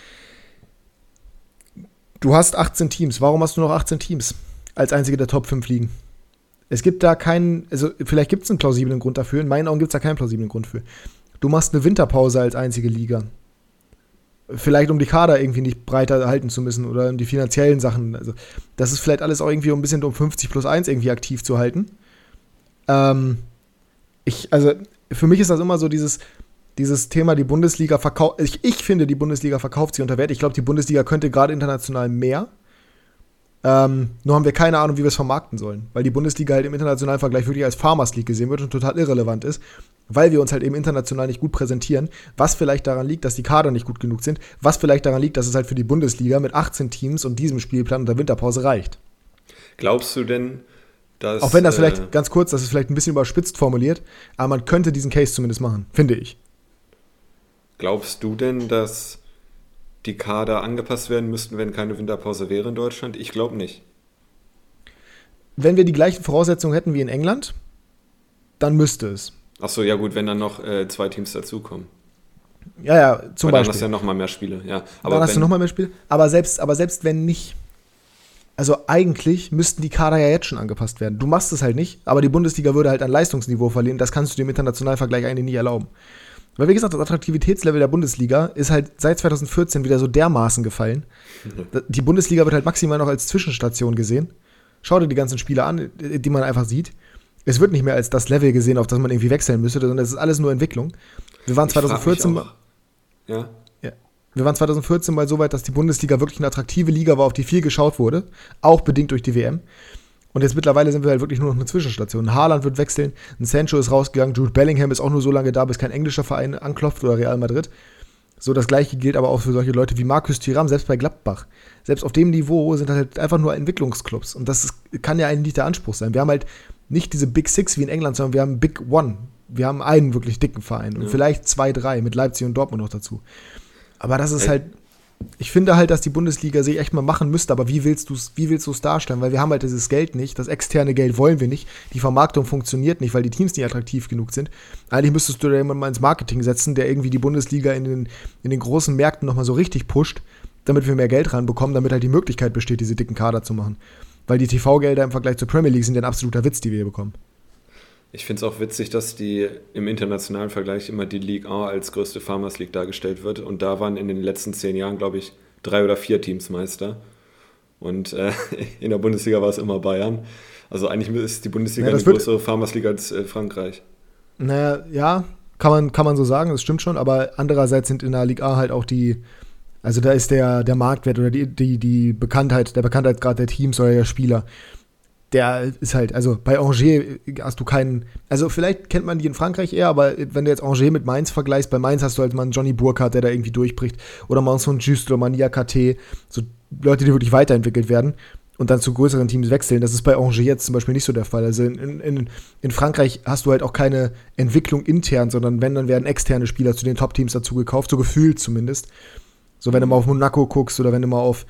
du hast 18 Teams. Warum hast du noch 18 Teams als einzige der Top 5 Ligen? Es gibt da vielleicht gibt es einen plausiblen Grund dafür. In meinen Augen gibt es da keinen plausiblen Grund für. Du machst eine Winterpause als einzige Liga. Vielleicht, um die Kader irgendwie nicht breiter halten zu müssen oder um die finanziellen Sachen. Also, das ist vielleicht alles auch irgendwie ein bisschen um 50+1 irgendwie aktiv zu halten. Für mich ist das immer so dieses Thema, die Bundesliga verkauft. Ich finde, die Bundesliga verkauft sich unter Wert. Ich glaube, die Bundesliga könnte gerade international mehr. Nur haben wir keine Ahnung, wie wir es vermarkten sollen. Weil die Bundesliga halt im internationalen Vergleich wirklich als Farmers League gesehen wird und total irrelevant ist. Weil wir uns halt eben international nicht gut präsentieren. Was vielleicht daran liegt, dass die Kader nicht gut genug sind. Was vielleicht daran liegt, dass es halt für die Bundesliga mit 18 Teams und diesem Spielplan und der Winterpause reicht. Glaubst du denn, dass... Auch wenn das vielleicht, ganz kurz, das ist vielleicht ein bisschen überspitzt formuliert, aber man könnte diesen Case zumindest machen, finde ich. Glaubst du denn, dass die Kader angepasst werden müssten, wenn keine Winterpause wäre in Deutschland? Ich glaube nicht. Wenn wir die gleichen Voraussetzungen hätten wie in England, dann müsste es. Achso, ja gut, wenn dann noch 2 Teams dazukommen. Ja, zum Beispiel. Dann hast du ja nochmal mehr Spiele. Ja, aber dann hast du nochmal mehr Spiele. Aber selbst wenn nicht, also eigentlich müssten die Kader ja jetzt schon angepasst werden. Du machst es halt nicht, aber die Bundesliga würde halt an Leistungsniveau verlieren. Das kannst du dir im internationalen Vergleich eigentlich nicht erlauben. Weil, wie gesagt, das Attraktivitätslevel der Bundesliga ist halt seit 2014 wieder so dermaßen gefallen. Die Bundesliga wird halt maximal noch als Zwischenstation gesehen. Schau dir die ganzen Spiele an, die man einfach sieht. Es wird nicht mehr als das Level gesehen, auf das man irgendwie wechseln müsste, sondern es ist alles nur Entwicklung. Wir waren 2014 Ja. Wir waren 2014 mal so weit, dass die Bundesliga wirklich eine attraktive Liga war, auf die viel geschaut wurde, auch bedingt durch die WM. Und jetzt mittlerweile sind wir halt wirklich nur noch eine Zwischenstation. Haaland wird wechseln, ein Sancho ist rausgegangen, Jude Bellingham ist auch nur so lange da, bis kein englischer Verein anklopft oder Real Madrid. So, das Gleiche gilt aber auch für solche Leute wie Markus Thuram, selbst bei Gladbach. Selbst auf dem Niveau sind halt einfach nur Entwicklungsclubs. Und kann ja eigentlich nicht der Anspruch sein. Wir haben halt nicht diese Big Six wie in England, sondern wir haben Big One. Wir haben einen wirklich dicken Verein und vielleicht 2, 3 mit Leipzig und Dortmund noch dazu. Aber das ist halt, ich finde halt, dass die Bundesliga sich echt mal machen müsste, aber wie willst du es darstellen? Weil wir haben halt dieses Geld nicht, das externe Geld wollen wir nicht, die Vermarktung funktioniert nicht, weil die Teams nicht attraktiv genug sind. Eigentlich müsstest du da jemanden mal ins Marketing setzen, der irgendwie die Bundesliga in den großen Märkten nochmal so richtig pusht, damit wir mehr Geld ranbekommen, damit halt die Möglichkeit besteht, diese dicken Kader zu machen. Weil die TV-Gelder im Vergleich zur Premier League sind ja ein absoluter Witz, die wir hier bekommen. Ich finde es auch witzig, dass die im internationalen Vergleich immer die Ligue 1 als größte Farmers League dargestellt wird. Und da waren in den letzten 10 Jahren, glaube ich, 3 oder 4 Teams Meister. Und in der Bundesliga war es immer Bayern. Also eigentlich ist die Bundesliga eine größere Farmers League als Frankreich. Naja, ja, kann man so sagen, das stimmt schon. Aber andererseits sind in der Ligue 1 halt auch also da ist der Marktwert oder die Bekanntheit, der Bekanntheitsgrad der Teams oder der Spieler, der ist halt, also bei Angers hast du keinen, also vielleicht kennt man die in Frankreich eher, aber wenn du jetzt Angers mit Mainz vergleichst, bei Mainz hast du halt mal einen Johnny Burkhardt, der da irgendwie durchbricht, oder Manson Just oder Mania KT, so Leute, die wirklich weiterentwickelt werden und dann zu größeren Teams wechseln. Das ist bei Angers jetzt zum Beispiel nicht so der Fall. Also in Frankreich hast du halt auch keine Entwicklung intern, sondern wenn, dann werden externe Spieler zu den Top-Teams dazu gekauft, so gefühlt zumindest. So wenn du mal auf Monaco guckst oder wenn du mal auf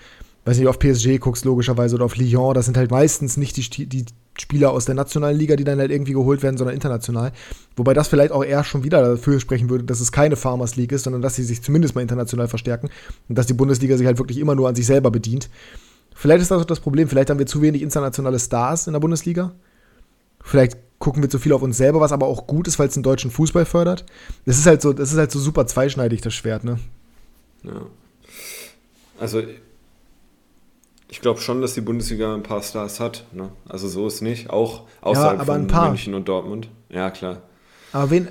PSG guckst logischerweise oder auf Lyon, das sind halt meistens nicht die Spieler aus der nationalen Liga, die dann halt irgendwie geholt werden, sondern international. Wobei das vielleicht auch eher schon wieder dafür sprechen würde, dass es keine Farmers League ist, sondern dass sie sich zumindest mal international verstärken und dass die Bundesliga sich halt wirklich immer nur an sich selber bedient. Vielleicht ist das auch das Problem, vielleicht haben wir zu wenig internationale Stars in der Bundesliga. Vielleicht gucken wir zu viel auf uns selber, was aber auch gut ist, weil es den deutschen Fußball fördert. Das ist halt so super zweischneidig, das Schwert, ne? Ja. Also ich glaube schon, dass die Bundesliga ein paar Stars hat. Ne? Also so ist nicht. Auch außerhalb von München und Dortmund. Ja, klar. Aber wen?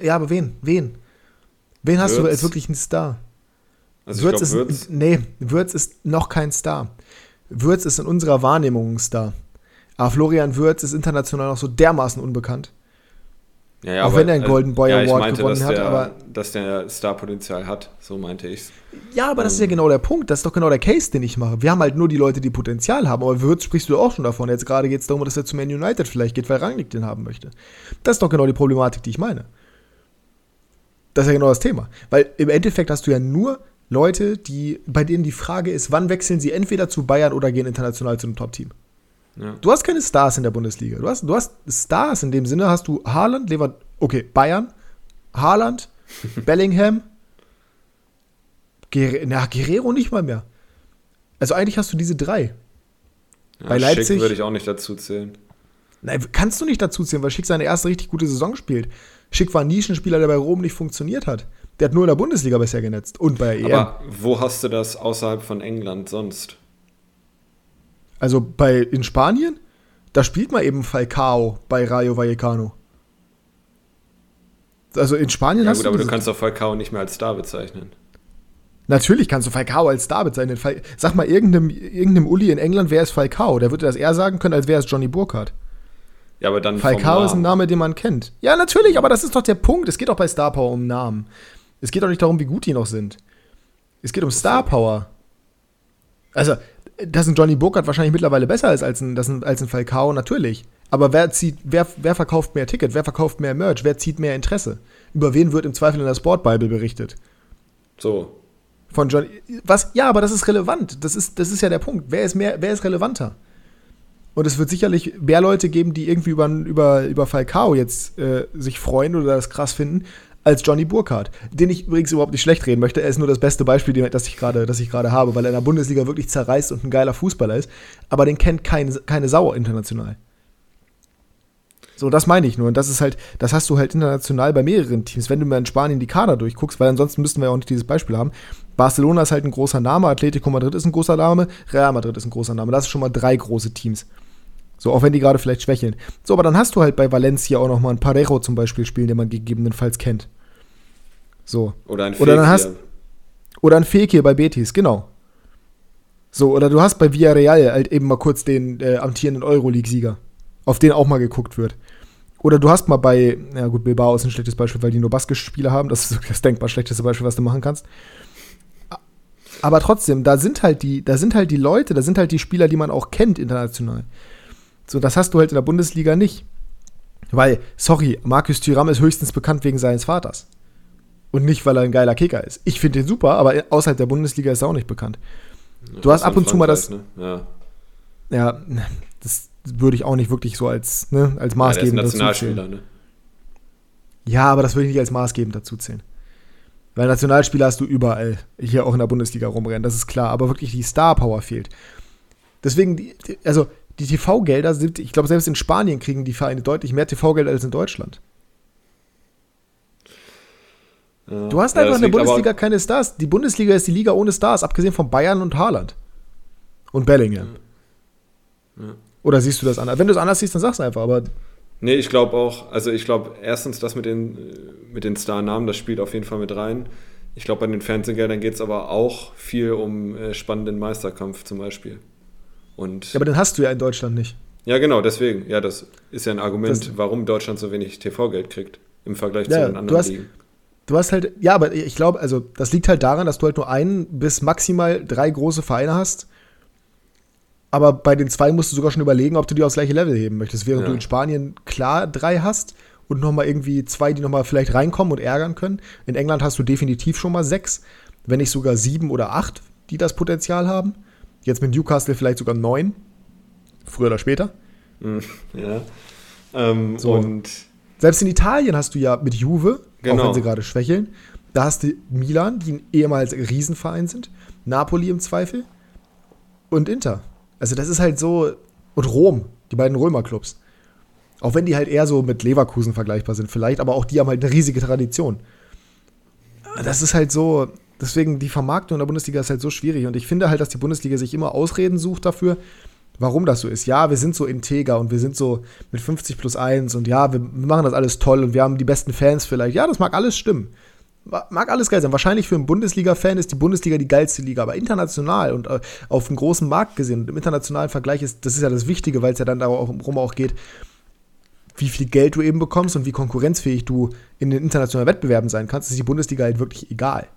Wen hast du als wirklich einen Star? Also Wirtz ist noch kein Star. Wirtz ist in unserer Wahrnehmung ein Star. Aber Florian Wirtz ist international noch so dermaßen unbekannt. Ja, auch wenn er einen Golden Boy Award gewonnen hat. Aber dass der Starpotenzial hat, so meinte ich's. Ja, aber das ist ja genau der Punkt. Das ist doch genau der Case, den ich mache. Wir haben halt nur die Leute, die Potenzial haben. Aber Wirtz sprichst du auch schon davon. Jetzt gerade geht es darum, dass er zu Man United vielleicht geht, weil Rangnick den haben möchte. Das ist doch genau die Problematik, die ich meine. Das ist ja genau das Thema. Weil im Endeffekt hast du ja nur Leute, bei denen die Frage ist, wann wechseln sie entweder zu Bayern oder gehen international zu einem Top-Team. Ja. Du hast keine Stars in der Bundesliga. Du hast Stars in dem Sinne, hast du Haaland, Bayern, Haaland, Bellingham, Guerrero nicht mal mehr. Also eigentlich hast du diese 3. Ja, bei Leipzig Schick würde ich auch nicht dazu zählen. Nein, kannst du nicht dazu zählen, weil Schick seine erste richtig gute Saison spielt. Schick war ein Nischenspieler, der bei Rom nicht funktioniert hat. Der hat nur in der Bundesliga bisher genetzt und bei EM. Aber wo hast du das außerhalb von England sonst? Also in Spanien, da spielt man eben Falcao bei Rayo Vallecano. Also in Spanien hast du... Ja gut, aber du kannst doch Falcao nicht mehr als Star bezeichnen. Natürlich kannst du Falcao als Star bezeichnen. Sag mal irgendeinem Uli in England, wer ist Falcao? Der würde das eher sagen können, als wäre es Johnny Burkhardt. Ja, aber dann Falcao ist ein Name, den man kennt. Ja, natürlich, aber das ist doch der Punkt. Es geht doch bei Star Power um Namen. Es geht doch nicht darum, wie gut die noch sind. Es geht um Star Power. Also, dass ein Johnny Burkhardt wahrscheinlich mittlerweile besser ist als ein Falcao, natürlich. Aber wer verkauft mehr Ticket? Wer verkauft mehr Merch? Wer zieht mehr Interesse? Über wen wird im Zweifel in der Sportbible berichtet? So. Von Johnny. Was? Ja, aber das ist relevant. Das ist ja der Punkt. Wer ist relevanter? Und es wird sicherlich mehr Leute geben, die irgendwie über Falcao jetzt sich freuen oder das krass finden, als Johnny Burkhardt, den ich übrigens überhaupt nicht schlecht reden möchte. Er ist nur das beste Beispiel, das ich gerade habe, weil er in der Bundesliga wirklich zerreißt und ein geiler Fußballer ist. Aber den kennt keine Sau international. So, das meine ich nur. Und das ist halt, das hast du halt international bei mehreren Teams. Wenn du mal in Spanien die Kader durchguckst, weil ansonsten müssten wir ja auch nicht dieses Beispiel haben. Barcelona ist halt ein großer Name, Atletico Madrid ist ein großer Name, Real Madrid ist ein großer Name. Das ist schon mal 3 große Teams. So, auch wenn die gerade vielleicht schwächeln. So, aber dann hast du halt bei Valencia auch noch mal ein Parejo zum Beispiel spielen, den man gegebenenfalls kennt. So. Oder ein Fekir. Oder ein Fekir bei Betis, genau. So, oder du hast bei Villarreal halt eben mal kurz den amtierenden Euroleague-Sieger, auf den auch mal geguckt wird. Oder du hast mal bei, ja gut, Bilbao ist ein schlechtes Beispiel, weil die nur baskische Spieler haben. Das ist das denkbar schlechteste Beispiel, was du machen kannst. Aber trotzdem, da sind halt die Leute, da sind halt die Spieler, die man auch kennt international. So, das hast du halt in der Bundesliga nicht. Weil, sorry, Marcus Thuram ist höchstens bekannt wegen seines Vaters. Und nicht, weil er ein geiler Kicker ist. Ich finde den super, aber außerhalb der Bundesliga ist er auch nicht bekannt. Du hast ab und zu mal das. Ne? Ja, das würde ich auch nicht wirklich so als maßgebend dazu zählen. Ne? Ja, aber das würde ich nicht als maßgebend dazu zählen. Weil Nationalspieler hast du überall, hier auch in der Bundesliga rumrennen, das ist klar. Aber wirklich die Star-Power fehlt. Deswegen, die TV-Gelder sind, ich glaube, selbst in Spanien kriegen die Vereine deutlich mehr TV-Gelder als in Deutschland. Ja, du hast einfach in der Bundesliga keine Stars. Die Bundesliga ist die Liga ohne Stars, abgesehen von Bayern und Haaland. Und Bellingham. Ja. Oder siehst du das anders? Wenn du es anders siehst, dann sag's einfach, aber. Nee, ich glaube auch, erstens das mit den Starnamen, das spielt auf jeden Fall mit rein. Ich glaube, bei den Fernsehgeldern geht es aber auch viel um spannenden Meisterkampf zum Beispiel. Und ja, aber den hast du ja in Deutschland nicht. Ja, genau, deswegen. Ja, das ist ja ein Argument, warum Deutschland so wenig TV-Geld kriegt im Vergleich zu den anderen Ligen. Du hast halt, ja, aber ich glaube, also das liegt halt daran, dass du halt nur 1 bis maximal 3 große Vereine hast. Aber bei den 2 musst du sogar schon überlegen, ob du die aufs gleiche Level heben möchtest. Während du in Spanien klar 3 hast und nochmal irgendwie 2, die nochmal vielleicht reinkommen und ärgern können. In England hast du definitiv schon mal 6, wenn nicht sogar 7 oder 8, die das Potenzial haben. Jetzt mit Newcastle vielleicht sogar 9. Früher oder später. Ja. Und selbst in Italien hast du ja mit Juve, auch wenn sie gerade schwächeln, da hast du Milan, die ehemals Riesenverein sind, Napoli im Zweifel und Inter. Also das ist halt so, und Rom, die beiden Römerclubs. Auch wenn die halt eher so mit Leverkusen vergleichbar sind vielleicht, aber auch die haben halt eine riesige Tradition. Das ist halt so, deswegen die Vermarktung in der Bundesliga ist halt so schwierig und ich finde halt, dass die Bundesliga sich immer Ausreden sucht dafür, warum das so ist. Ja, wir sind so integer und wir sind so mit 50+1 und ja, wir machen das alles toll und wir haben die besten Fans vielleicht. Ja, das mag alles stimmen. Mag alles geil sein. Wahrscheinlich für einen Bundesliga-Fan ist die Bundesliga die geilste Liga, aber international und auf einem großen Markt gesehen und im internationalen Vergleich das ist ja das Wichtige, weil es ja dann darum auch geht, wie viel Geld du eben bekommst und wie konkurrenzfähig du in den internationalen Wettbewerben sein kannst, ist die Bundesliga halt wirklich egal.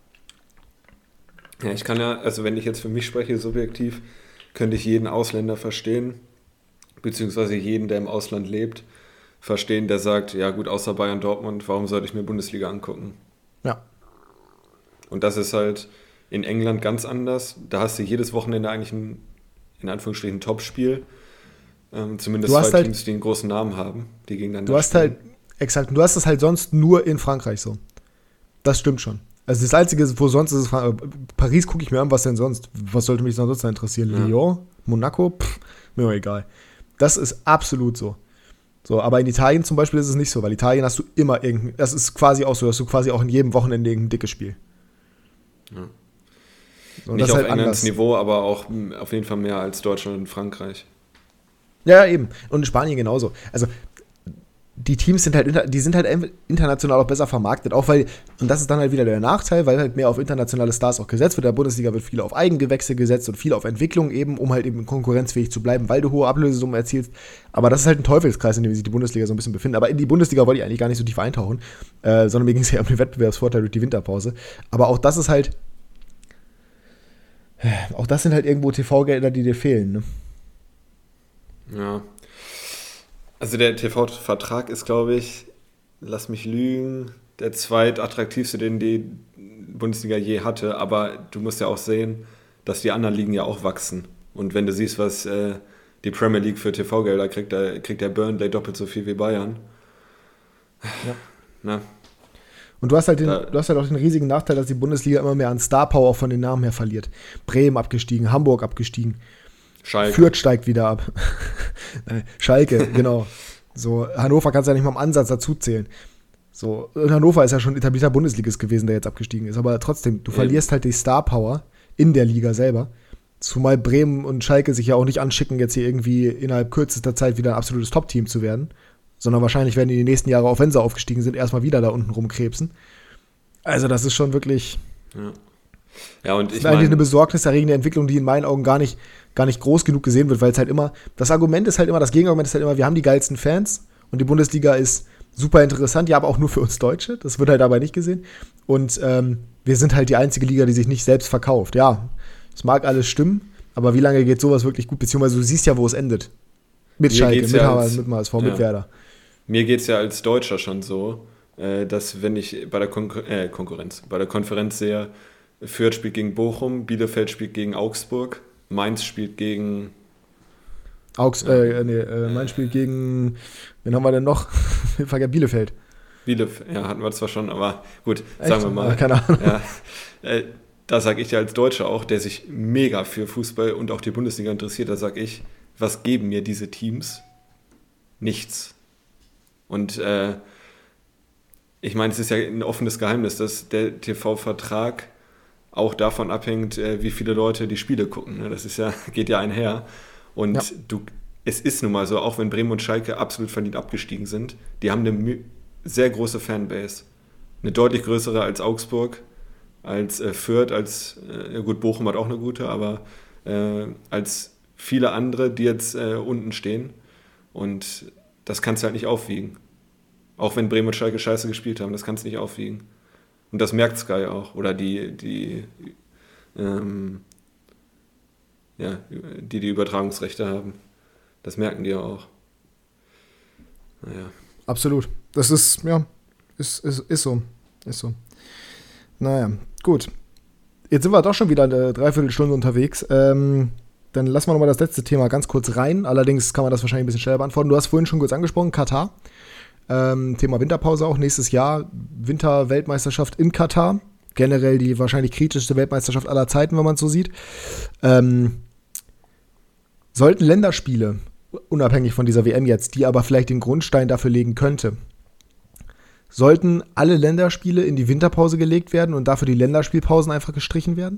Ja, ich kann ja, also wenn ich jetzt für mich spreche, subjektiv, könnte ich jeden Ausländer verstehen, beziehungsweise jeden, der im Ausland lebt, verstehen, der sagt, ja gut, außer Bayern, Dortmund, warum sollte ich mir Bundesliga angucken? Ja. Und das ist halt in England ganz anders. Da hast du jedes Wochenende eigentlich ein, in Anführungsstrichen, Topspiel. Zumindest 2 Teams, die einen großen Namen haben, die gegeneinander spielen. Exakt, du hast das halt sonst nur in Frankreich so. Das stimmt schon. Also das Einzige, wo sonst ist es Paris, gucke ich mir an, was denn sonst? Was sollte mich sonst interessieren? Ja. Lyon? Monaco? Mir doch egal. Das ist absolut so. So, aber in Italien zum Beispiel ist es nicht so, weil Italien hast du immer das ist quasi auch so, dass du quasi auch in jedem Wochenende irgendein dickes Spiel. Ja. So, nicht auf halt Englands Niveau, aber auch auf jeden Fall mehr als Deutschland und Frankreich. Ja, eben. Und in Spanien genauso. Also die Teams sind halt international auch besser vermarktet, auch weil, und das ist dann halt wieder der Nachteil, weil halt mehr auf internationale Stars auch gesetzt wird. In der Bundesliga wird viel auf Eigengewächse gesetzt und viel auf Entwicklung eben, um halt eben konkurrenzfähig zu bleiben, weil du hohe Ablösesummen erzielst. Aber das ist halt ein Teufelskreis, in dem sich die Bundesliga so ein bisschen befindet. Aber in die Bundesliga wollte ich eigentlich gar nicht so tief eintauchen, sondern mir ging es ja um den Wettbewerbsvorteil durch die Winterpause. Aber auch das ist halt, auch das sind halt irgendwo TV-Gelder, die dir fehlen, ne? Ja. Also der TV-Vertrag ist, glaube ich, lass mich lügen, der zweitattraktivste, den die Bundesliga je hatte. Aber du musst ja auch sehen, dass die anderen Ligen ja auch wachsen. Und wenn du siehst, was die Premier League für TV-Gelder kriegt, da kriegt der Burnley doppelt so viel wie Bayern. Ja. Na? Und du hast halt auch den riesigen Nachteil, dass die Bundesliga immer mehr an Star-Power auch von den Namen her verliert. Bremen abgestiegen, Hamburg abgestiegen. Schalke. Fürth steigt wieder ab. Schalke, genau. So, Hannover kannst du ja nicht mal im Ansatz dazu zählen. So, Hannover ist ja schon etablierter Bundesligist gewesen, der jetzt abgestiegen ist. Aber trotzdem, du verlierst halt die Star-Power in der Liga selber. Zumal Bremen und Schalke sich ja auch nicht anschicken, jetzt hier irgendwie innerhalb kürzester Zeit wieder ein absolutes Top-Team zu werden. Sondern wahrscheinlich werden die in den nächsten Jahren, auch wenn sie aufgestiegen sind, erstmal wieder da unten rumkrebsen. Also das ist schon wirklich... Ja, und das ist eigentlich eine besorgniserregende Entwicklung, die in meinen Augen gar nicht groß genug gesehen wird, weil es halt immer... Das Gegenargument ist halt immer, wir haben die geilsten Fans und die Bundesliga ist super interessant, ja, aber auch nur für uns Deutsche. Das wird halt dabei nicht gesehen. Und wir sind halt die einzige Liga, die sich nicht selbst verkauft. Ja, es mag alles stimmen, aber wie lange geht sowas wirklich gut? Beziehungsweise du siehst ja, wo es endet. Mit Schalke, mit HSV, mit Werder. Mir geht es ja als Deutscher schon so, dass wenn ich bei der Konferenz sehe, Fürth spielt gegen Bochum, Bielefeld spielt gegen Augsburg, Mainz spielt gegen... Mainz spielt gegen... Wen haben wir denn noch? Bielefeld. Ja, hatten wir zwar schon, aber gut, echt? Sagen wir mal. Keine Ahnung. Ja, da sage ich ja als Deutscher auch, der sich mega für Fußball und auch die Bundesliga interessiert, da sage ich, was geben mir diese Teams? Nichts. Und ich meine, es ist ja ein offenes Geheimnis, dass der TV-Vertrag auch davon abhängt, wie viele Leute die Spiele gucken. Das ist ja, geht ja einher. Und es ist nun mal so, auch wenn Bremen und Schalke absolut verdient abgestiegen sind, die haben eine sehr große Fanbase. Eine deutlich größere als Augsburg, als Fürth, gut, Bochum hat auch eine gute, aber als viele andere, die jetzt unten stehen. Und das kannst du halt nicht aufwiegen. Auch wenn Bremen und Schalke scheiße gespielt haben, das kannst du nicht aufwiegen. Und das merkt Sky auch. Oder die Übertragungsrechte haben. Das merken die ja auch. Naja. Absolut. Das ist, ja, ist so. Ist so. Naja, gut. Jetzt sind wir doch schon wieder eine Dreiviertelstunde unterwegs. Dann lassen wir nochmal das letzte Thema ganz kurz rein. Allerdings kann man das wahrscheinlich ein bisschen schneller beantworten. Du hast vorhin schon kurz angesprochen, Katar. Thema Winterpause auch. Nächstes Jahr Winterweltmeisterschaft in Katar. Generell die wahrscheinlich kritischste Weltmeisterschaft aller Zeiten, wenn man es so sieht. Sollten Länderspiele, unabhängig von dieser WM jetzt, die aber vielleicht den Grundstein dafür legen könnte, sollten alle Länderspiele in die Winterpause gelegt werden und dafür die Länderspielpausen einfach gestrichen werden?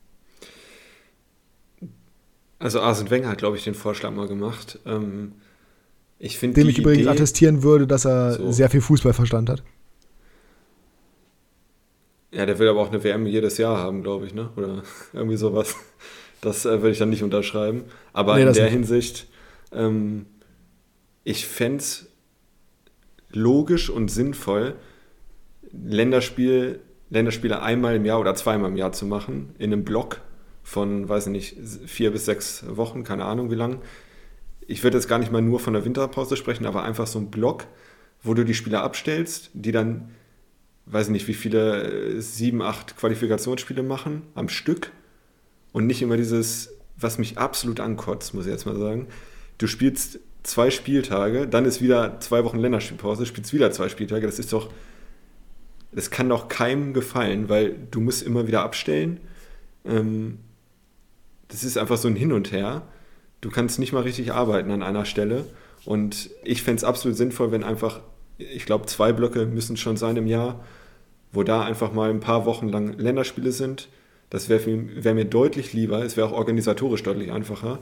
Also Arsene Wenger hat, glaube ich, den Vorschlag mal gemacht. Ich finde dem ich übrigens attestieren würde, dass er sehr viel Fußballverstand hat. Ja, der will aber auch eine WM jedes Jahr haben, glaube ich, ne? Oder irgendwie sowas. Das würde ich dann nicht unterschreiben. Aber in der Hinsicht, ich fände es logisch und sinnvoll, Länderspiele einmal im Jahr oder zweimal im Jahr zu machen, in einem Block von, weiß ich nicht, 4 bis 6 Wochen, keine Ahnung wie lang. Ich würde jetzt gar nicht mal nur von der Winterpause sprechen, aber einfach so ein Block, wo du die Spieler abstellst, die dann, weiß ich nicht, wie viele, 7, 8 Qualifikationsspiele machen am Stück und nicht immer dieses, was mich absolut ankotzt, muss ich jetzt mal sagen. Du spielst 2 Spieltage, dann ist wieder 2 Wochen Länderspielpause, spielst wieder 2 Spieltage, das kann doch keinem gefallen, weil du musst immer wieder abstellen. Das ist einfach so ein Hin und Her. Du kannst nicht mal richtig arbeiten an einer Stelle. Und ich fände es absolut sinnvoll, wenn einfach, ich glaube, 2 Blöcke müssen schon sein im Jahr, wo da einfach mal ein paar Wochen lang Länderspiele sind. Das wäre mir deutlich lieber. Es wäre auch organisatorisch deutlich einfacher,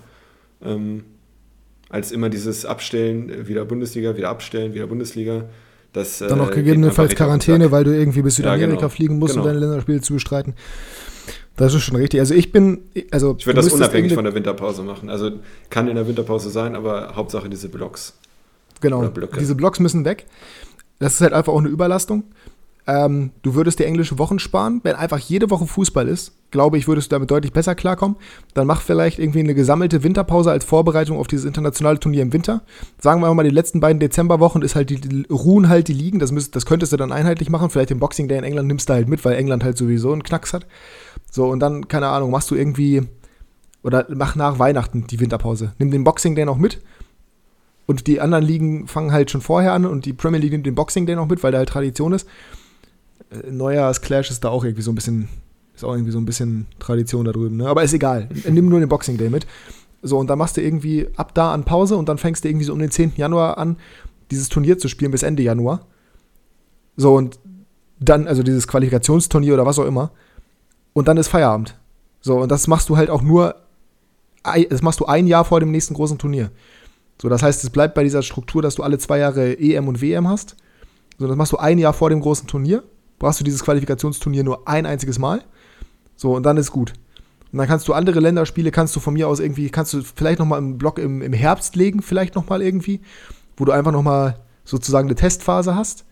als immer dieses Abstellen, wieder Bundesliga, wieder abstellen, wieder Bundesliga. Das, dann noch gegebenenfalls Quarantäne, weil du irgendwie bis Südamerika fliegen musst, um deine Länderspiele zu bestreiten. Das ist schon richtig. Also ich würde das unabhängig von der Winterpause machen. Also kann in der Winterpause sein, aber Hauptsache diese Blocks. Genau, diese Blocks müssen weg. Das ist halt einfach auch eine Überlastung. Du würdest dir englische Wochen sparen. Wenn einfach jede Woche Fußball ist, glaube ich, würdest du damit deutlich besser klarkommen. Dann mach vielleicht irgendwie eine gesammelte Winterpause als Vorbereitung auf dieses internationale Turnier im Winter. Sagen wir mal, die letzten beiden Dezemberwochen ist halt ruhen halt die Ligen. Das könntest du dann einheitlich machen. Vielleicht den Boxing Day in England nimmst du halt mit, weil England halt sowieso einen Knacks hat. So, und dann, keine Ahnung, machst du irgendwie, oder mach nach Weihnachten die Winterpause. Nimm den Boxing Day noch mit. Und die anderen Ligen fangen halt schon vorher an und die Premier League nimmt den Boxing Day noch mit, weil da halt Tradition ist. Neujahrs-Clash ist da auch irgendwie so ein bisschen Tradition da drüben, ne? Aber ist egal. Nimm nur den Boxing Day mit. So, und dann machst du irgendwie ab da an Pause und dann fängst du irgendwie so um den 10. Januar an, dieses Turnier zu spielen bis Ende Januar. So, und dann, also dieses Qualifikationsturnier oder was auch immer. Und dann ist Feierabend. So, und das machst du halt auch das machst du ein Jahr vor dem nächsten großen Turnier. So, das heißt, es bleibt bei dieser Struktur, dass du alle 2 Jahre EM und WM hast. So, das machst du ein Jahr vor dem großen Turnier. Brauchst du dieses Qualifikationsturnier nur ein einziges Mal. So, und dann ist gut. Und dann kannst du andere Länderspiele, kannst du von mir aus irgendwie, kannst du vielleicht nochmal im Block im Herbst legen, vielleicht nochmal irgendwie, wo du einfach nochmal sozusagen eine Testphase hast.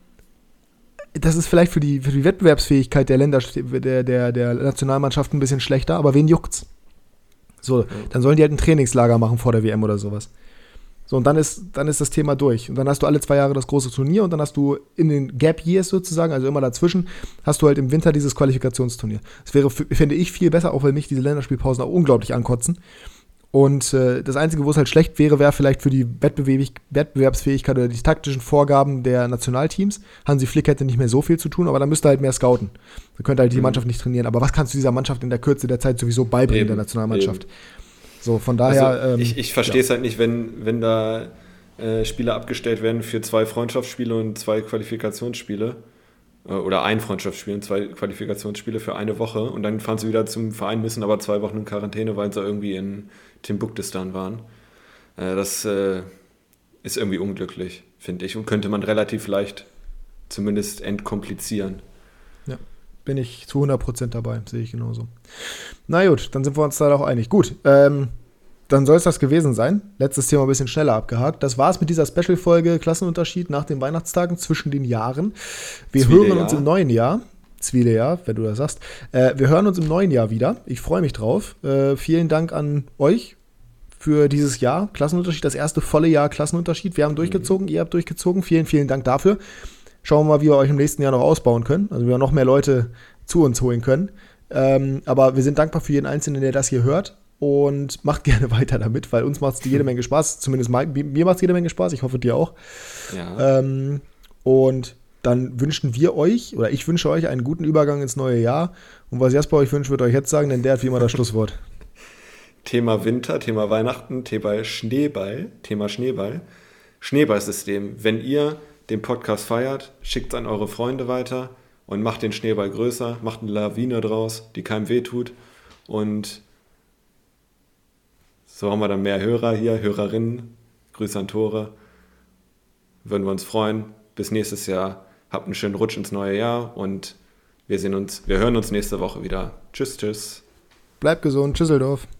Das ist vielleicht für die Wettbewerbsfähigkeit der der Nationalmannschaften ein bisschen schlechter, aber wen juckt's? So, dann sollen die halt ein Trainingslager machen vor der WM oder sowas. So, und dann ist das Thema durch. Und dann hast du alle 2 Jahre das große Turnier und dann hast du in den Gap Years sozusagen, also immer dazwischen, hast du halt im Winter dieses Qualifikationsturnier. Das wäre, finde ich, viel besser, auch weil mich diese Länderspielpausen auch unglaublich ankotzen. Und das Einzige, wo es halt schlecht wäre vielleicht für die Wettbewerbsfähigkeit oder die taktischen Vorgaben der Nationalteams. Hansi Flick hätte nicht mehr so viel zu tun, aber dann müsste halt mehr scouten. Da könnte halt die Mannschaft nicht trainieren. Aber was kannst du dieser Mannschaft in der Kürze der Zeit sowieso beibringen, der Nationalmannschaft? So, von daher. Also ich verstehe es halt nicht, wenn da Spieler abgestellt werden für 2 Freundschaftsspiele und 2 Qualifikationsspiele. Oder ein Freundschaftsspiel und 2 Qualifikationsspiele für eine Woche. Und dann fahren sie wieder zum Verein, müssen aber 2 Wochen in Quarantäne, weil sie irgendwie in Timbuktustan waren. Das ist irgendwie unglücklich, finde ich. Und könnte man relativ leicht zumindest entkomplizieren. Ja, bin ich zu 100% dabei, sehe ich genauso. Na gut, dann sind wir uns da auch einig. Gut, dann soll es das gewesen sein. Letztes Thema ein bisschen schneller abgehakt. Das war's mit dieser Special-Folge Klassenunterschied nach den Weihnachtstagen zwischen den Jahren. Wir hören uns im neuen Jahr. Zwielejahr, wenn du das sagst. Wir hören uns im neuen Jahr wieder. Ich freue mich drauf. Vielen Dank an euch für dieses Jahr Klassenunterschied. Das erste volle Jahr Klassenunterschied. Wir haben durchgezogen, ihr habt durchgezogen. Vielen, vielen Dank dafür. Schauen wir mal, wie wir euch im nächsten Jahr noch ausbauen können. Also wie wir noch mehr Leute zu uns holen können. Aber wir sind dankbar für jeden Einzelnen, der das hier hört. Und macht gerne weiter damit, weil uns macht es jede Menge Spaß. Zumindest mir macht es jede Menge Spaß. Ich hoffe, dir auch. Ja. Und dann wünschen wir euch, oder ich wünsche euch einen guten Übergang ins neue Jahr. Und was Jasper euch wünscht, wird euch jetzt sagen, denn der hat wie immer das Schlusswort. Thema Winter, Thema Weihnachten, Thema Schneeball. Schneeballsystem. Wenn ihr den Podcast feiert, schickt es an eure Freunde weiter und macht den Schneeball größer, macht eine Lawine draus, die keinem wehtut. Und so haben wir dann mehr Hörer hier, Hörerinnen. Grüße an Tore. Würden wir uns freuen. Bis nächstes Jahr. Habt einen schönen Rutsch ins neue Jahr und wir hören uns nächste Woche wieder. Tschüss, tschüss. Bleibt gesund. Tschüsseldorf.